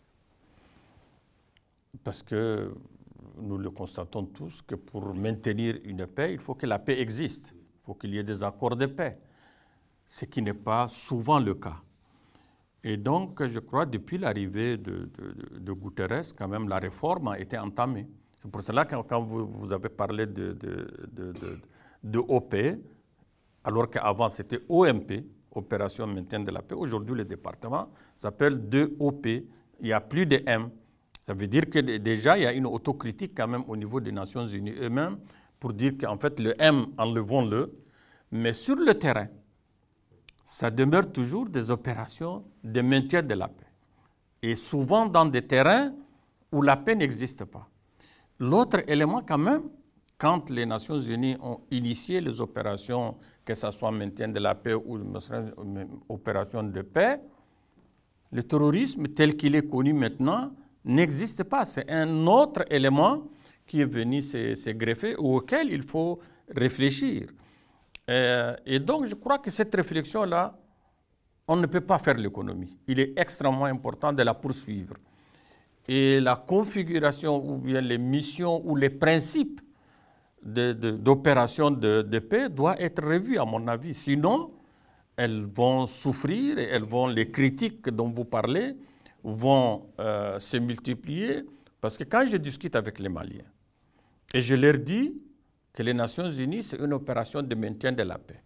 Parce que nous le constatons tous que pour maintenir une paix, il faut que la paix existe. Il faut qu'il y ait des accords de paix, ce qui n'est pas souvent le cas. Et donc, je crois, depuis l'arrivée de, de, de Guterres, quand même, la réforme a été entamée. C'est pour cela que quand vous, vous avez parlé de, de, de, de, de O P, alors qu'avant c'était O M P, Opération Maintien de la Paix, aujourd'hui le département s'appelle deux O P, il n'y a plus de M. Ça veut dire que déjà il y a une autocritique quand même au niveau des Nations Unies eux-mêmes pour dire qu'en fait le M, enlevons-le, mais sur le terrain, ça demeure toujours des opérations de maintien de la paix. Et souvent dans des terrains où la paix n'existe pas. L'autre élément quand même, quand les Nations Unies ont initié les opérations, que ce soit maintien de la paix ou opération de paix, le terrorisme tel qu'il est connu maintenant n'existe pas. C'est un autre élément qui est venu se, se greffer auquel il faut réfléchir. Euh, et donc je crois que cette réflexion-là, on ne peut pas faire l'économie. Il est extrêmement important de la poursuivre. Et la configuration ou bien les missions ou les principes d'opération de, de, de, de paix doivent être revus à mon avis. Sinon, elles vont souffrir et elles vont, les critiques dont vous parlez vont euh, se multiplier. Parce que quand je discute avec les Maliens et je leur dis que les Nations Unies, c'est une opération de maintien de la paix.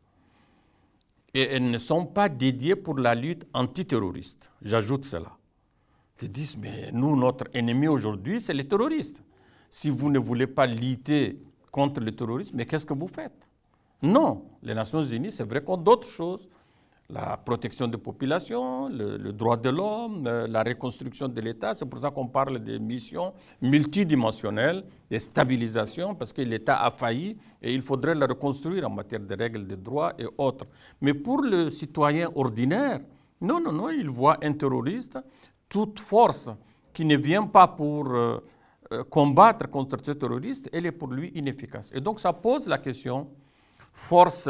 Et elles ne sont pas dédiées pour la lutte antiterroriste. J'ajoute cela. Ils disent, mais nous, notre ennemi aujourd'hui, c'est les terroristes. Si vous ne voulez pas lutter contre le terrorisme, mais qu'est-ce que vous faites? Non, les Nations Unies, c'est vrai qu'on a d'autres choses. La protection des populations, le, le droit de l'homme, la reconstruction de l'État. C'est pour ça qu'on parle des missions multidimensionnelles, des stabilisations, parce que l'État a failli et il faudrait le reconstruire en matière de règles de droit et autres. Mais pour le citoyen ordinaire, non, non, non, il voit un terroriste, toute force qui ne vient pas pour euh, combattre contre ce terroriste, elle est pour lui inefficace. Et donc ça pose la question, force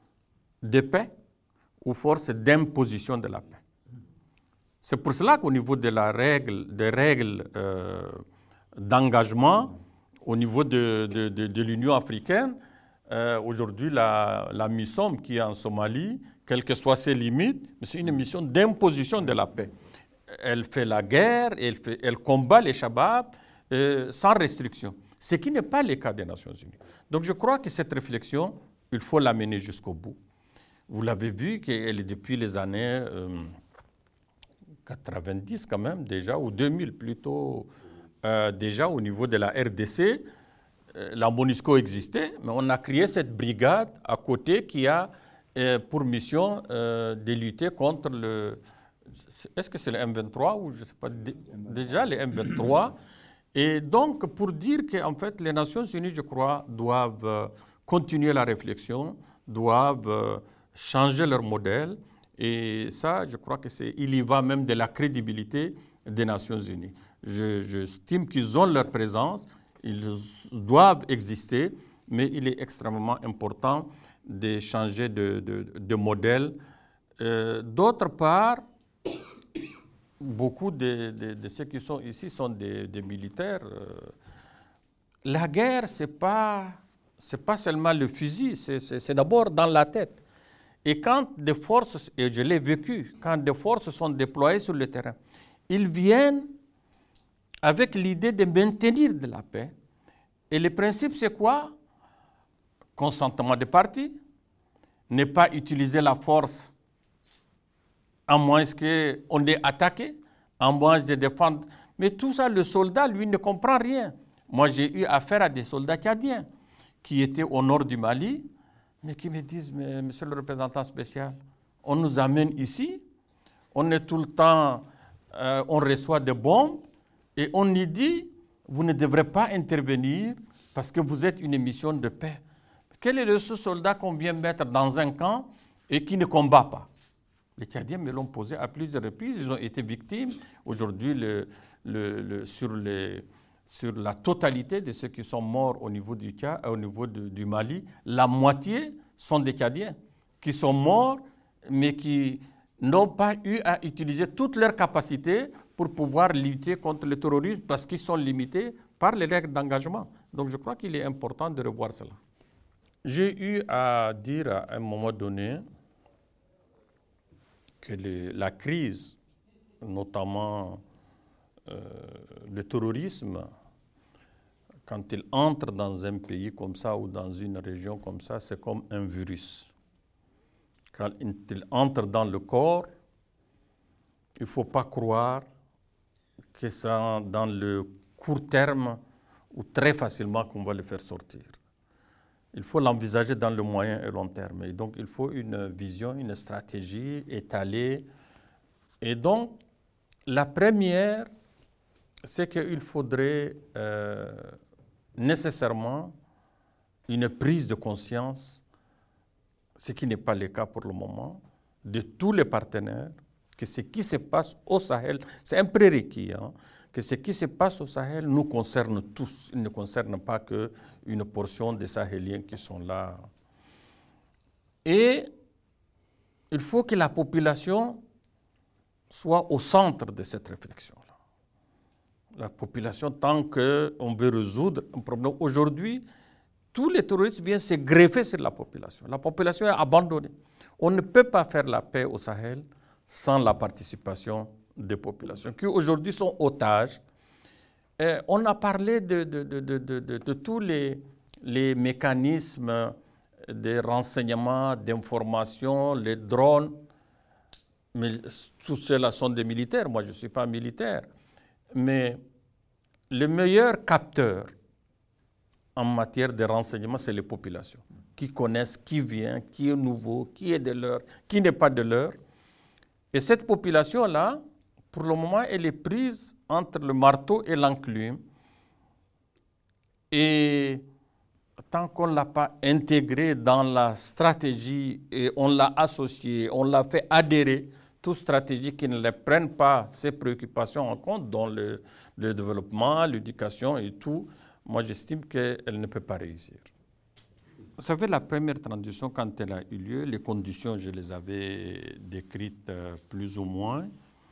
de paix ou force d'imposition de la paix. C'est pour cela qu'au niveau de la règle, des règles euh, d'engagement, au niveau de, de, de, de l'Union africaine, euh, aujourd'hui la, la MISOM qui est en Somalie, quelles que soient ses limites, c'est une mission d'imposition de la paix. Elle fait la guerre, elle, fait, elle combat les Shabab euh, sans restriction, ce qui n'est pas le cas des Nations Unies. Donc je crois que cette réflexion, il faut l'amener jusqu'au bout. Vous l'avez vu qu'elle est depuis les années euh, quatre-vingt-dix quand même déjà, ou deux mille plutôt, euh, déjà au niveau de la R D C, euh, la MONUSCO existait, mais on a créé cette brigade à côté qui a euh, pour mission euh, de lutter contre le... Est-ce que c'est le M vingt-trois ou je ne sais pas, déjà le M vingt-trois. Et donc pour dire qu'en fait les Nations Unies, je crois, doivent continuer la réflexion, doivent changer leur modèle. Et ça, je crois que c'est, il y va même de la crédibilité des Nations Unies. Je, j'estime qu'ils ont leur présence, ils doivent exister, mais il est extrêmement important de changer de, de, de modèle. Euh, d'autre part, beaucoup de, de, de ceux qui sont ici sont des, des militaires. Euh, la guerre, ce n'est pas, c'est pas seulement le fusil, c'est, c'est, c'est d'abord dans la tête. Et quand des forces, et je l'ai vécu, quand des forces sont déployées sur le terrain, ils viennent avec l'idée de maintenir de la paix. Et le principe, c'est quoi? Consentement des parties, ne pas utiliser la force à moins qu'on ait attaqué, à moins de défendre. Mais tout ça, le soldat, lui, ne comprend rien. Moi, j'ai eu affaire à des soldats tchadiens qui étaient au nord du Mali, mais qui me disent, mais, monsieur le représentant spécial, on nous amène ici, on est tout le temps, euh, on reçoit des bombes, et on nous dit, vous ne devrez pas intervenir parce que vous êtes une mission de paix. Quel est le soldat qu'on vient mettre dans un camp et qui ne combat pas? Les Tchadiens me l'ont posé à plusieurs reprises, ils ont été victimes. Aujourd'hui, le, le, le, sur les, sur la totalité de ceux qui sont morts au niveau du, au niveau de, du Mali, la moitié sont des Tchadiens qui sont morts, mais qui n'ont pas eu à utiliser toutes leurs capacités pour pouvoir lutter contre le terrorisme parce qu'ils sont limités par les règles d'engagement. Donc je crois qu'il est important de revoir cela. J'ai eu à dire à un moment donné que les, la crise, notamment euh, le terrorisme, quand il entre dans un pays comme ça ou dans une région comme ça, c'est comme un virus. Quand il entre dans le corps, il ne faut pas croire que c'est dans le court terme ou très facilement qu'on va le faire sortir. Il faut l'envisager dans le moyen et long terme. Et donc, il faut une vision, une stratégie étalée. Et donc, la première, c'est qu'il faudrait euh, nécessairement une prise de conscience, ce qui n'est pas le cas pour le moment, de tous les partenaires, que ce qui se passe au Sahel, c'est un prérequis, hein, que ce qui se passe au Sahel nous concerne tous, il ne concerne pas qu'une portion des Sahéliens qui sont là. Et il faut que la population soit au centre de cette réflexion-là. La population, tant qu'on veut résoudre un problème. Aujourd'hui, tous les terroristes viennent se greffer sur la population. La population est abandonnée. On ne peut pas faire la paix au Sahel sans la participation des populations, qui aujourd'hui sont otages. Et on a parlé de, de, de, de, de, de, de tous les, les mécanismes de renseignement, d'information, les drones, mais tous ceux-là sont des militaires. Moi, je ne suis pas militaire. Mais le meilleur capteur en matière de renseignement, c'est les populations, qui connaissent qui vient, qui est nouveau, qui est de leur, qui n'est pas de leur. Et cette population-là, pour le moment, elle est prise entre le marteau et l'enclume. Et tant qu'on ne l'a pas intégrée dans la stratégie et on l'a associée, on l'a fait adhérer, toute stratégie qui ne les prenne pas ces préoccupations en compte, dont le, le développement, l'éducation et tout, moi j'estime qu'elle ne peut pas réussir. Vous savez, la première transition, quand elle a eu lieu, les conditions, je les avais décrites euh, plus ou moins.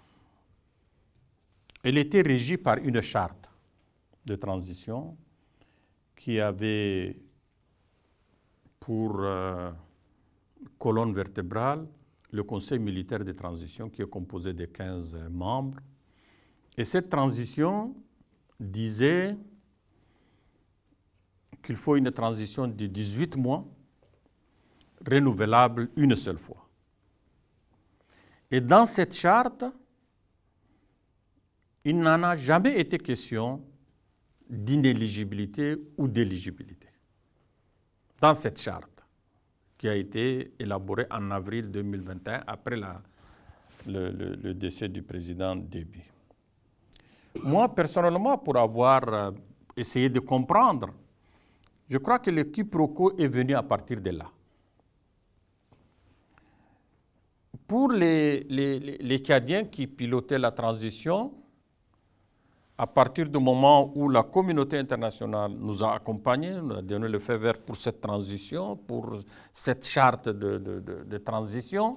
Elle était régie par une charte de transition qui avait pour euh, colonne vertébrale le Conseil militaire de transition qui est composé de quinze membres. Et cette transition disait qu'il faut une transition de dix-huit mois, renouvelable une seule fois. Et dans cette charte, il n'en a jamais été question d'inéligibilité ou d'éligibilité. Dans cette charte qui a été élaborée en avril deux mille vingt et un, après la, le, le, le décès du président Déby. Moi, personnellement, pour avoir essayé de comprendre, je crois que le quiproquo est venu à partir de là. Pour les, les, les Tchadiens qui pilotaient la transition, à partir du moment où la communauté internationale nous a accompagnés, nous a donné le feu vert pour cette transition, pour cette charte de, de, de, de transition,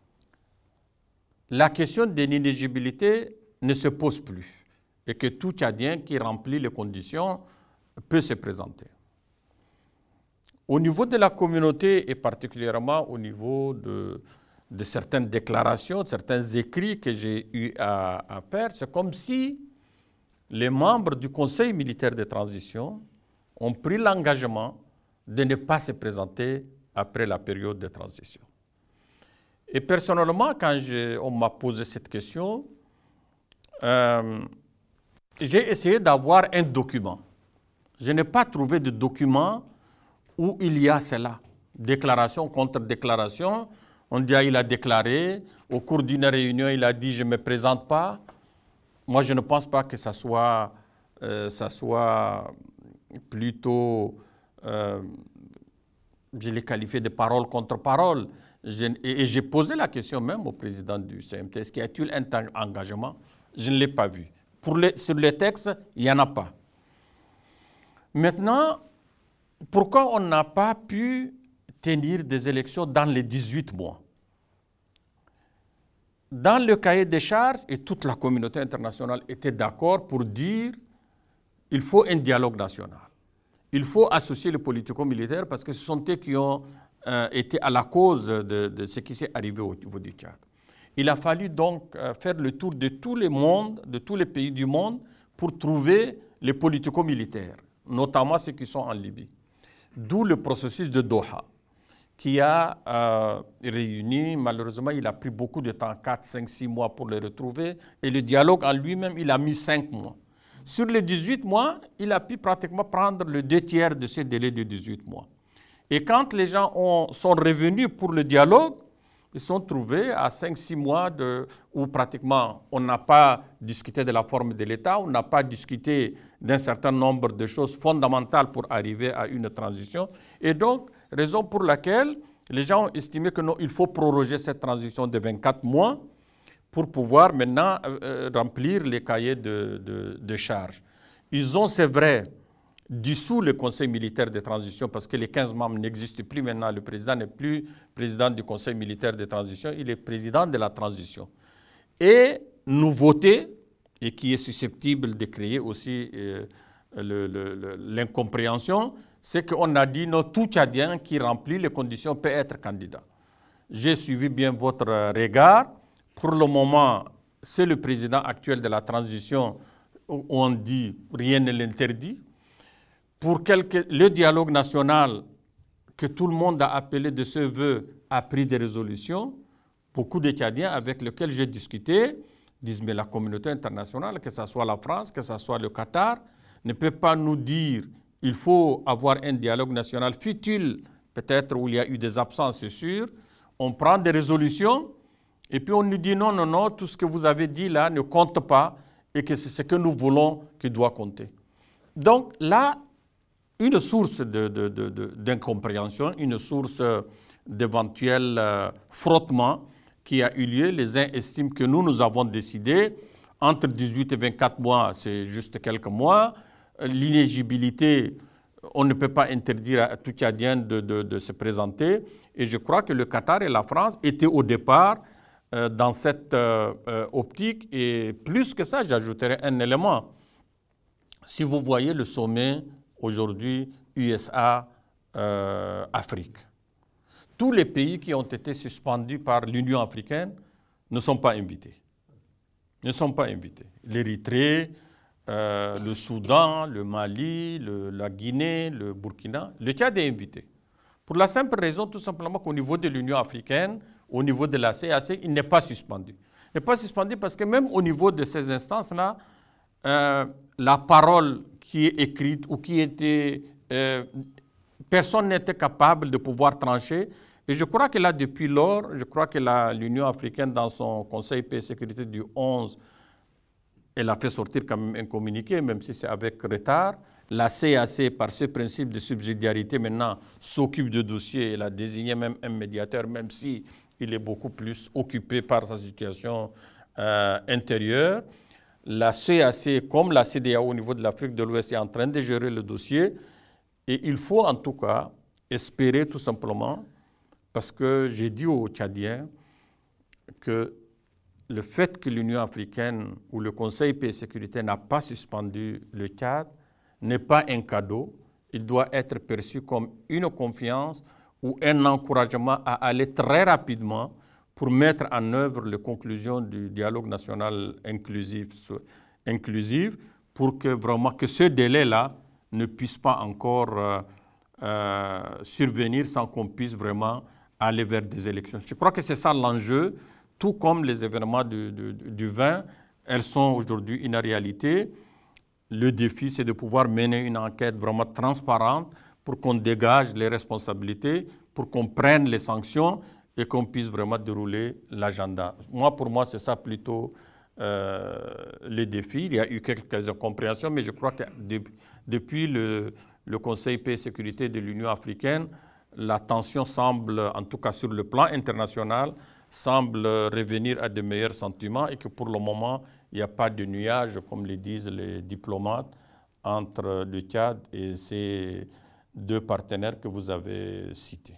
la question de l'inéligibilité ne se pose plus et que tout Tchadien qui remplit les conditions peut se présenter. Au niveau de la communauté et particulièrement au niveau de, de certaines déclarations, de certains écrits que j'ai eu à, à faire, c'est comme si les membres du Conseil militaire de transition ont pris l'engagement de ne pas se présenter après la période de transition. Et personnellement, quand je, on m'a posé cette question, euh, j'ai essayé d'avoir un document. Je n'ai pas trouvé de document où il y a cela. Déclaration contre déclaration. On dit, ah, il a déclaré, au cours d'une réunion, il a dit, je ne me présente pas. Moi, je ne pense pas que ça soit, euh, ça soit plutôt, euh, je l'ai qualifié de parole contre parole. Je, et, et j'ai posé la question même au président du C M T, est-ce qu'il y a-t-il un engagement? Je ne l'ai pas vu. Pour les, sur les textes, il n'y en a pas. Maintenant, pourquoi on n'a pas pu tenir des élections dans les dix-huit mois? Dans le cahier des charges, et toute la communauté internationale était d'accord pour dire qu'il faut un dialogue national. Il faut associer les politico-militaires parce que ce sont eux qui ont euh, été à la cause de, de ce qui s'est arrivé au niveau du Tchad. Il a fallu donc euh, faire le tour de tous les mondes, de tous les pays du monde pour trouver les politico-militaires, notamment ceux qui sont en Libye. D'où le processus de Doha, qui a euh, réuni, malheureusement, il a pris beaucoup de temps, quatre, cinq, six mois pour les retrouver, et le dialogue en lui-même, il a mis cinq mois. Sur les dix-huit mois, il a pu pratiquement prendre le deux tiers de ce délai de dix-huit mois. Et quand les gens ont, sont revenus pour le dialogue, ils sont trouvés à cinq six mois de, où pratiquement on n'a pas discuté de la forme de l'État, on n'a pas discuté d'un certain nombre de choses fondamentales pour arriver à une transition. Et donc, raison pour laquelle les gens ont estimé que non, il faut proroger cette transition de vingt-quatre mois pour pouvoir maintenant euh, remplir les cahiers de, de, de charges. Ils ont, c'est vrai, dissous le Conseil militaire de transition parce que les quinze membres n'existent plus maintenant. Le président n'est plus président du Conseil militaire de transition, il est président de la transition. Et nouveauté, et qui est susceptible de créer aussi euh, l'incompréhension, c'est qu'on a dit non, tout Tchadien qui remplit les conditions peut être candidat. J'ai suivi bien votre regard. Pour le moment, c'est le président actuel de la transition où on dit rien ne l'interdit. Pour quelque, le dialogue national que tout le monde a appelé de ses voeux a pris des résolutions. Beaucoup de Tchadiens avec lesquels j'ai discuté disent mais la communauté internationale, que ce soit la France, que ce soit le Qatar, ne peut pas nous dire il faut avoir un dialogue national futile, peut-être où il y a eu des absences, c'est sûr. On prend des résolutions et puis on nous dit non, non, non, tout ce que vous avez dit là ne compte pas et que c'est ce que nous voulons qui doit compter. Donc là, une source de, de, de, de, d'incompréhension, une source d'éventuel euh, frottement qui a eu lieu. Les uns estiment que nous, nous avons décidé, entre dix-huit et vingt-quatre mois, c'est juste quelques mois. L'inéligibilité, on ne peut pas interdire à tout Tchadien de, de, de se présenter. Et je crois que le Qatar et la France étaient au départ euh, dans cette euh, euh, optique. Et plus que ça, j'ajouterai un élément. Si vous voyez le sommet aujourd'hui U S A-Afrique, euh, tous les pays qui ont été suspendus par l'Union africaine ne sont pas invités. Ne sont pas invités. L'Érythrée, euh, le Soudan, le Mali, le, la Guinée, le Burkina, le Tchad est invité. Pour la simple raison, tout simplement, qu'au niveau de l'Union africaine, au niveau de la C A C, il n'est pas suspendu. Il n'est pas suspendu parce que même au niveau de ces instances-là, euh, la parole qui est écrite ou qui était... Euh, personne n'était capable de pouvoir trancher. Et je crois que là, depuis lors, je crois que l'Union africaine, dans son Conseil paix et sécurité du onze, elle a fait sortir quand même un communiqué, même si c'est avec retard. La C A C, par ce principe de subsidiarité, maintenant, s'occupe de dossiers. Elle a désigné même un médiateur, même si il est beaucoup plus occupé par sa situation euh, intérieure. La C A C, comme la C D A O au niveau de l'Afrique de l'Ouest, est en train de gérer le dossier. Et il faut en tout cas espérer tout simplement, parce que j'ai dit aux Tchadiens que le fait que l'Union africaine ou le Conseil paix et sécurité n'a pas suspendu le Tchad n'est pas un cadeau. Il doit être perçu comme une confiance ou un encouragement à aller très rapidement pour mettre en œuvre les conclusions du dialogue national inclusif, inclusif pour que vraiment que ce délai-là ne puisse pas encore euh, euh, survenir sans qu'on puisse vraiment aller vers des élections. Je crois que c'est ça l'enjeu, tout comme les événements du, du, du vingt, elles sont aujourd'hui une réalité. Le défi, c'est de pouvoir mener une enquête vraiment transparente pour qu'on dégage les responsabilités, pour qu'on prenne les sanctions et qu'on puisse vraiment dérouler l'agenda. Moi, pour moi, c'est ça plutôt euh, les défis. Il y a eu quelques incompréhensions, mais je crois que de, depuis le, le Conseil paix et sécurité de l'Union africaine, la tension semble, en tout cas sur le plan international, semble revenir à de meilleurs sentiments et que pour le moment, il n'y a pas de nuages, comme le disent les diplomates, entre le Tchad et ces deux partenaires que vous avez cités.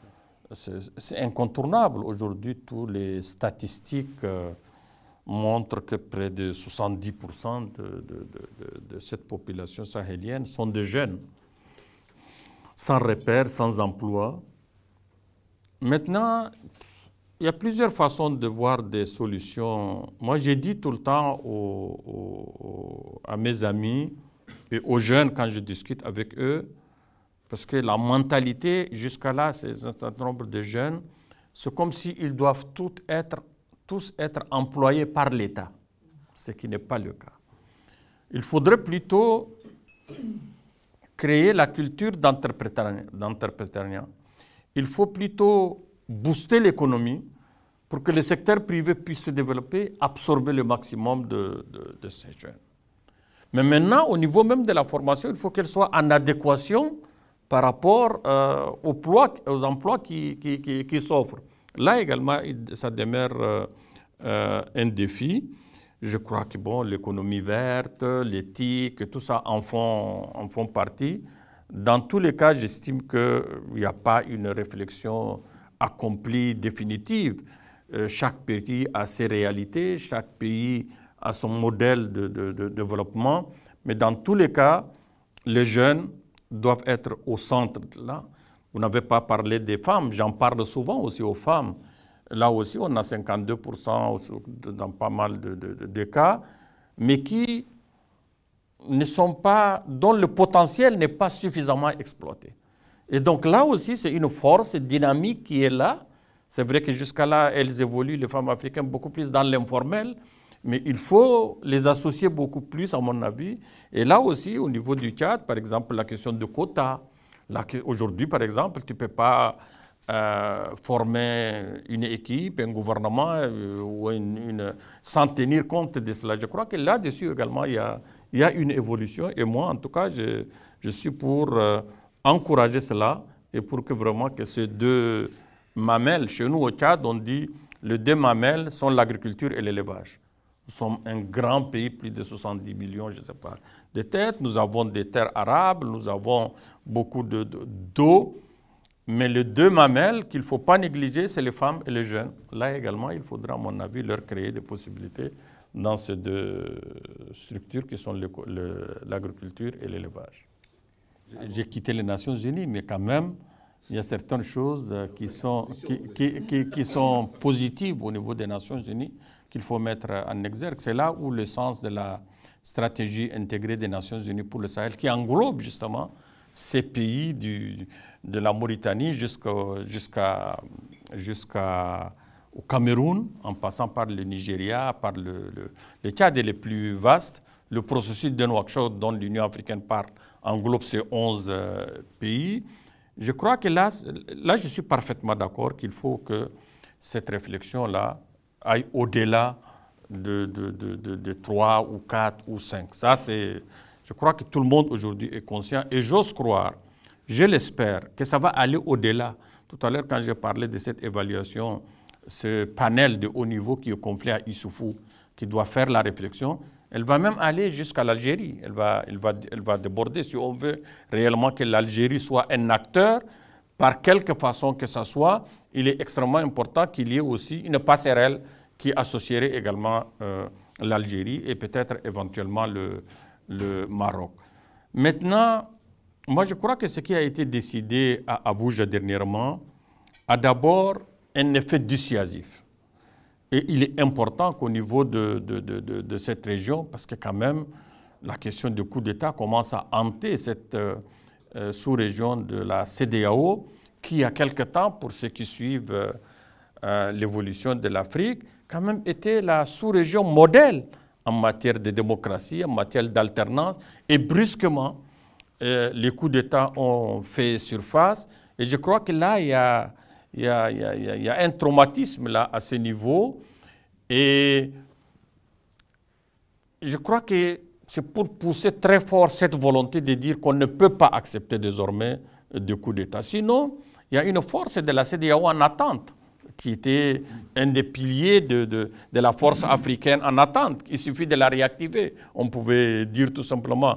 C'est incontournable. Aujourd'hui, toutes les statistiques euh, montrent que près de soixante-dix pour cent de, de, de, de cette population sahélienne sont des jeunes, sans repère, sans emploi. Maintenant, il y a plusieurs façons de voir des solutions. Moi, j'ai dit tout le temps aux, aux, à mes amis et aux jeunes quand je discute avec eux, parce que la mentalité, jusqu'à là, c'est un certain nombre de jeunes, c'est comme s'ils doivent tous être, tous être employés par l'État, ce qui n'est pas le cas. Il faudrait plutôt créer la culture d'entrepreneuriat. Il faut plutôt booster l'économie pour que le secteur privé puisse se développer, absorber le maximum de, de, de ces jeunes. Mais maintenant, au niveau même de la formation, il faut qu'elle soit en adéquation par rapport euh, aux, plois, aux emplois qui, qui, qui, qui s'offrent. Là également, ça demeure euh, euh, un défi. Je crois que bon, l'économie verte, l'éthique, tout ça en font, en font partie. Dans tous les cas, j'estime qu'il n'y a pas une réflexion accomplie, définitive. Euh, chaque pays a ses réalités, chaque pays a son modèle de, de, de développement. Mais dans tous les cas, les jeunes doivent être au centre de là. Vous n'avez pas parlé des femmes, j'en parle souvent aussi aux femmes. Là aussi, on a cinquante-deux pour cent dans pas mal de, de, de cas, mais qui ne sont pas, dont le potentiel n'est pas suffisamment exploité. Et donc là aussi, c'est une force dynamique qui est là. C'est vrai que jusqu'à là, elles évoluent, les femmes africaines, beaucoup plus dans l'informel, mais il faut les associer beaucoup plus, à mon avis. Et là aussi, au niveau du Tchad, par exemple, la question de quotas. Aujourd'hui, par exemple, tu ne peux pas euh, former une équipe, un gouvernement, euh, ou une, une, sans tenir compte de cela. Je crois que là-dessus également, il y a, il y a une évolution. Et moi, en tout cas, je, je suis pour euh, encourager cela et pour que vraiment que ces deux mamelles, chez nous au Tchad, on dit les deux mamelles sont l'agriculture et l'élevage. Nous sommes un grand pays, plus de soixante-dix millions, je ne sais pas, de têtes. Nous avons des terres arables, nous avons beaucoup de, de, d'eau. Mais les deux mamelles qu'il ne faut pas négliger, c'est les femmes et les jeunes. Là également, il faudra, à mon avis, leur créer des possibilités dans ces deux structures qui sont le, le, l'agriculture et l'élevage. J'ai quitté les Nations Unies, mais quand même, il y a certaines choses qui sont, qui, qui, qui, qui sont positives au niveau des Nations Unies qu'il faut mettre en exergue. C'est là où le sens de la stratégie intégrée des Nations Unies pour le Sahel, qui englobe justement ces pays du, de la Mauritanie jusqu'au jusqu'à, jusqu'à, au Cameroun, en passant par le Nigeria, par le, le, le Tchad est le plus vaste. Le processus de Nouakchott, dont l'Union africaine parle, englobe ces onze euh, pays. Je crois que là, là, je suis parfaitement d'accord qu'il faut que cette réflexion-là aille au-delà de, de, de, de, de trois ou quatre ou cinq. Ça, c'est, je crois que tout le monde aujourd'hui est conscient et j'ose croire, je l'espère, que ça va aller au-delà. Tout à l'heure, quand j'ai parlé de cette évaluation, ce panel de haut niveau qui est confié à Issoufou, qui doit faire la réflexion, elle va même aller jusqu'à l'Algérie. Elle va, elle va, elle va déborder si on veut réellement que l'Algérie soit un acteur, par quelque façon que ce soit, il est extrêmement important qu'il y ait aussi une passerelle qui associerait également euh, l'Algérie et peut-être éventuellement le, le Maroc. Maintenant, moi je crois que ce qui a été décidé à Abuja dernièrement a d'abord un effet dissuasif. Et il est important qu'au niveau de, de, de, de, de cette région, parce que quand même, la question du coup d'État commence à hanter cette euh, euh, sous-région de la C E D E A O, qui, il y a quelque temps, pour ceux qui suivent euh, euh, l'évolution de l'Afrique, quand même était la sous-région modèle en matière de démocratie, en matière d'alternance. Et brusquement, euh, les coups d'État ont fait surface. Et je crois que là, il y a... Il y, a, il, y a, il y a un traumatisme là à ce niveau et je crois que c'est pour pousser très fort cette volonté de dire qu'on ne peut pas accepter désormais de coup d'État. Sinon, il y a une force de la C E D E A O en attente qui était un des piliers de, de, de la force africaine en attente. Il suffit de la réactiver, on pouvait dire tout simplement.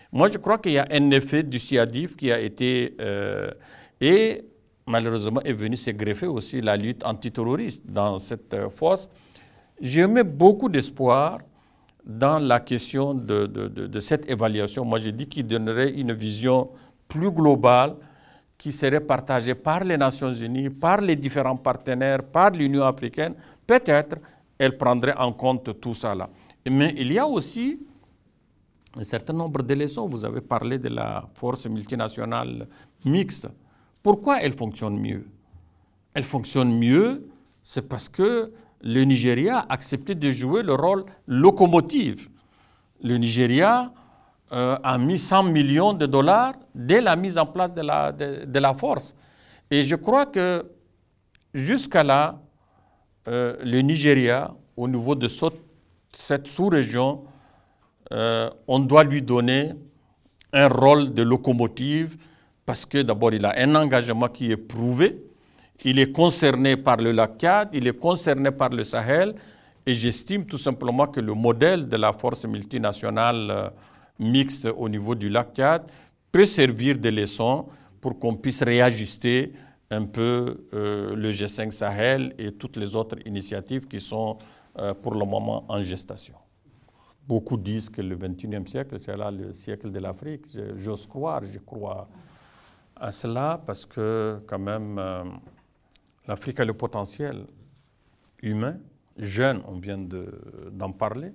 Moi, je crois qu'il y a un effet dissuasif qui a été... Euh, et malheureusement, est venu se greffer aussi la lutte antiterroriste dans cette euh, force. J'ai mis beaucoup d'espoir dans la question de, de, de, de cette évaluation. Moi, j'ai dit qu'il donnerait une vision plus globale qui serait partagée par les Nations Unies, par les différents partenaires, par l'Union africaine. Peut-être elle prendrait en compte tout ça là. Mais il y a aussi un certain nombre de leçons. Vous avez parlé de la force multinationale mixte. Pourquoi elle fonctionne mieux? Elle fonctionne mieux, c'est parce que le Nigeria a accepté de jouer le rôle locomotive. Le Nigeria euh, a mis cent millions de dollars dès la mise en place de la, de, de la force. Et je crois que jusqu'à là, euh, le Nigeria, au niveau de ce, cette sous-région, euh, on doit lui donner un rôle de locomotive parce que d'abord, il a un engagement qui est prouvé. Il est concerné par le lac Tchad, il est concerné par le Sahel, et j'estime tout simplement que le modèle de la force multinationale euh, mixte au niveau du lac Tchad peut servir de leçon pour qu'on puisse réajuster un peu euh, le G cinq Sahel et toutes les autres initiatives qui sont euh, pour le moment en gestation. Beaucoup disent que le vingt et unième siècle, c'est là le siècle de l'Afrique. J'ose croire, je crois à cela parce que quand même... Euh, L'Afrique a le potentiel humain, jeune, on vient d'en parler.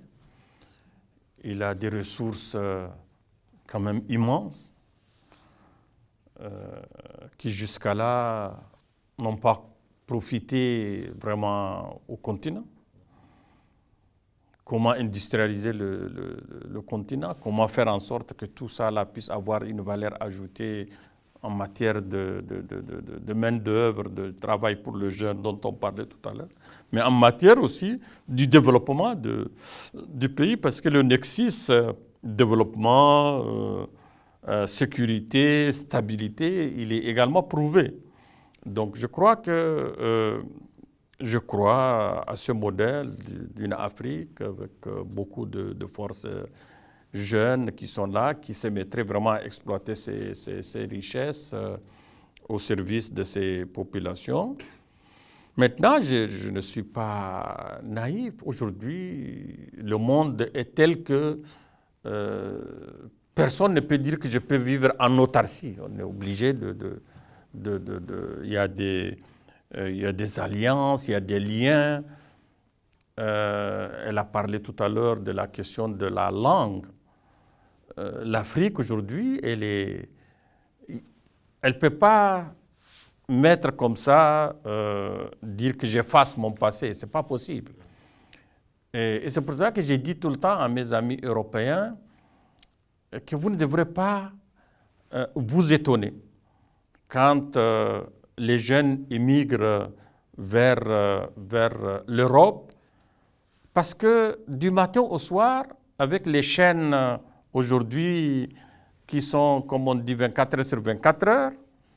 Il a des ressources euh, quand même immenses euh, qui jusqu'à là n'ont pas profité vraiment au continent. Comment industrialiser le, le, le continent, comment faire en sorte que tout ça là, puisse avoir une valeur ajoutée en matière de, de, de, de, de main-d'œuvre, de travail pour le jeune dont on parlait tout à l'heure, mais en matière aussi du développement de, du pays, parce que le nexus euh, développement, euh, euh, sécurité, stabilité, il est également prouvé. Donc je crois que euh, je crois à ce modèle d'une Afrique avec euh, beaucoup de, de forces euh, jeunes qui sont là, qui se mettraient vraiment à exploiter ces, ces, ces richesses euh, au service de ces populations. Maintenant, je, je ne suis pas naïf. Aujourd'hui, le monde est tel que euh, personne ne peut dire que je peux vivre en autarcie. On est obligé de... de, de, de, de il y a des, euh, il y a des alliances, il y a des liens. Euh, elle a parlé tout à l'heure de la question de la langue. Euh, L'Afrique aujourd'hui, elle est, elle ne peut pas mettre comme ça, euh, dire que j'efface mon passé, ce n'est pas possible. Et, et c'est pour ça que j'ai dit tout le temps à mes amis européens que vous ne devrez pas euh, vous étonner quand euh, les jeunes émigrent vers, euh, vers l'Europe, parce que du matin au soir, avec les chaînes euh, aujourd'hui qui sont, comme on dit, vingt-quatre heures sur vingt-quatre heures,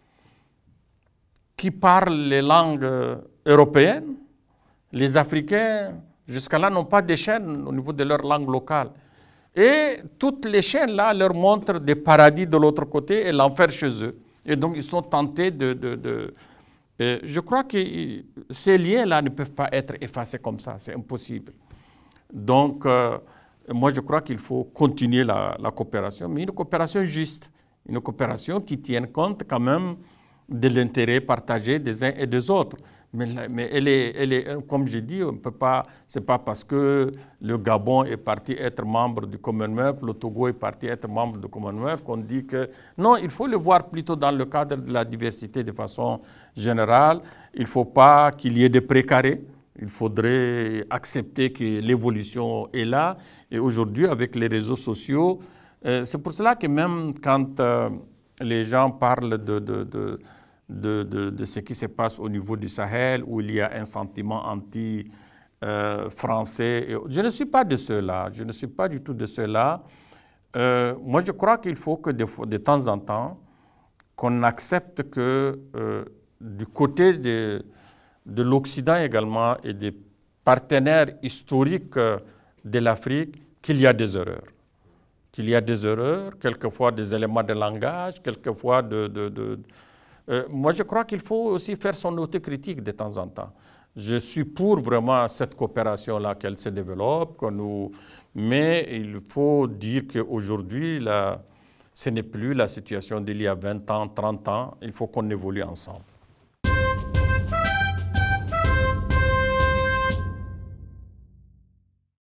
qui parlent les langues européennes, les Africains, jusqu'à là, n'ont pas de chaînes au niveau de leur langue locale. Et toutes les chaînes-là leur montrent des paradis de l'autre côté et l'enfer chez eux. Et donc, ils sont tentés de... de, de euh, je crois que ces liens-là ne peuvent pas être effacés comme ça, c'est impossible. Donc, euh, moi, je crois qu'il faut continuer la, la coopération, mais une coopération juste, une coopération qui tienne compte quand même de l'intérêt partagé des uns et des autres. Mais, mais elle est, elle est, comme j'ai dit, on peut pas, c'est pas parce que le Gabon est parti être membre du Commonwealth, le Togo est parti être membre du Commonwealth, qu'on dit que... Non, il faut le voir plutôt dans le cadre de la diversité de façon générale. Il ne faut pas qu'il y ait des précarés. Il faudrait accepter que l'évolution est là. Et aujourd'hui, avec les réseaux sociaux, euh, c'est pour cela que même quand euh, les gens parlent de... de, de De, de, de ce qui se passe au niveau du Sahel, où il y a un sentiment anti-français. Euh, je ne suis pas de ceux-là, je ne suis pas du tout de ceux-là. Euh, moi, je crois qu'il faut que de, de temps en temps, qu'on accepte que euh, du côté de, de l'Occident également et des partenaires historiques de l'Afrique, qu'il y a des erreurs. qu'il y a des erreurs, quelquefois des éléments de langage, quelquefois de... de, de euh, moi, je crois qu'il faut aussi faire son autocritique de temps en temps. Je suis pour vraiment cette coopération-là, qu'elle se développe, que nous... mais il faut dire qu'aujourd'hui, ce n'est plus la situation d'il y a vingt ans, trente ans, il faut qu'on évolue ensemble.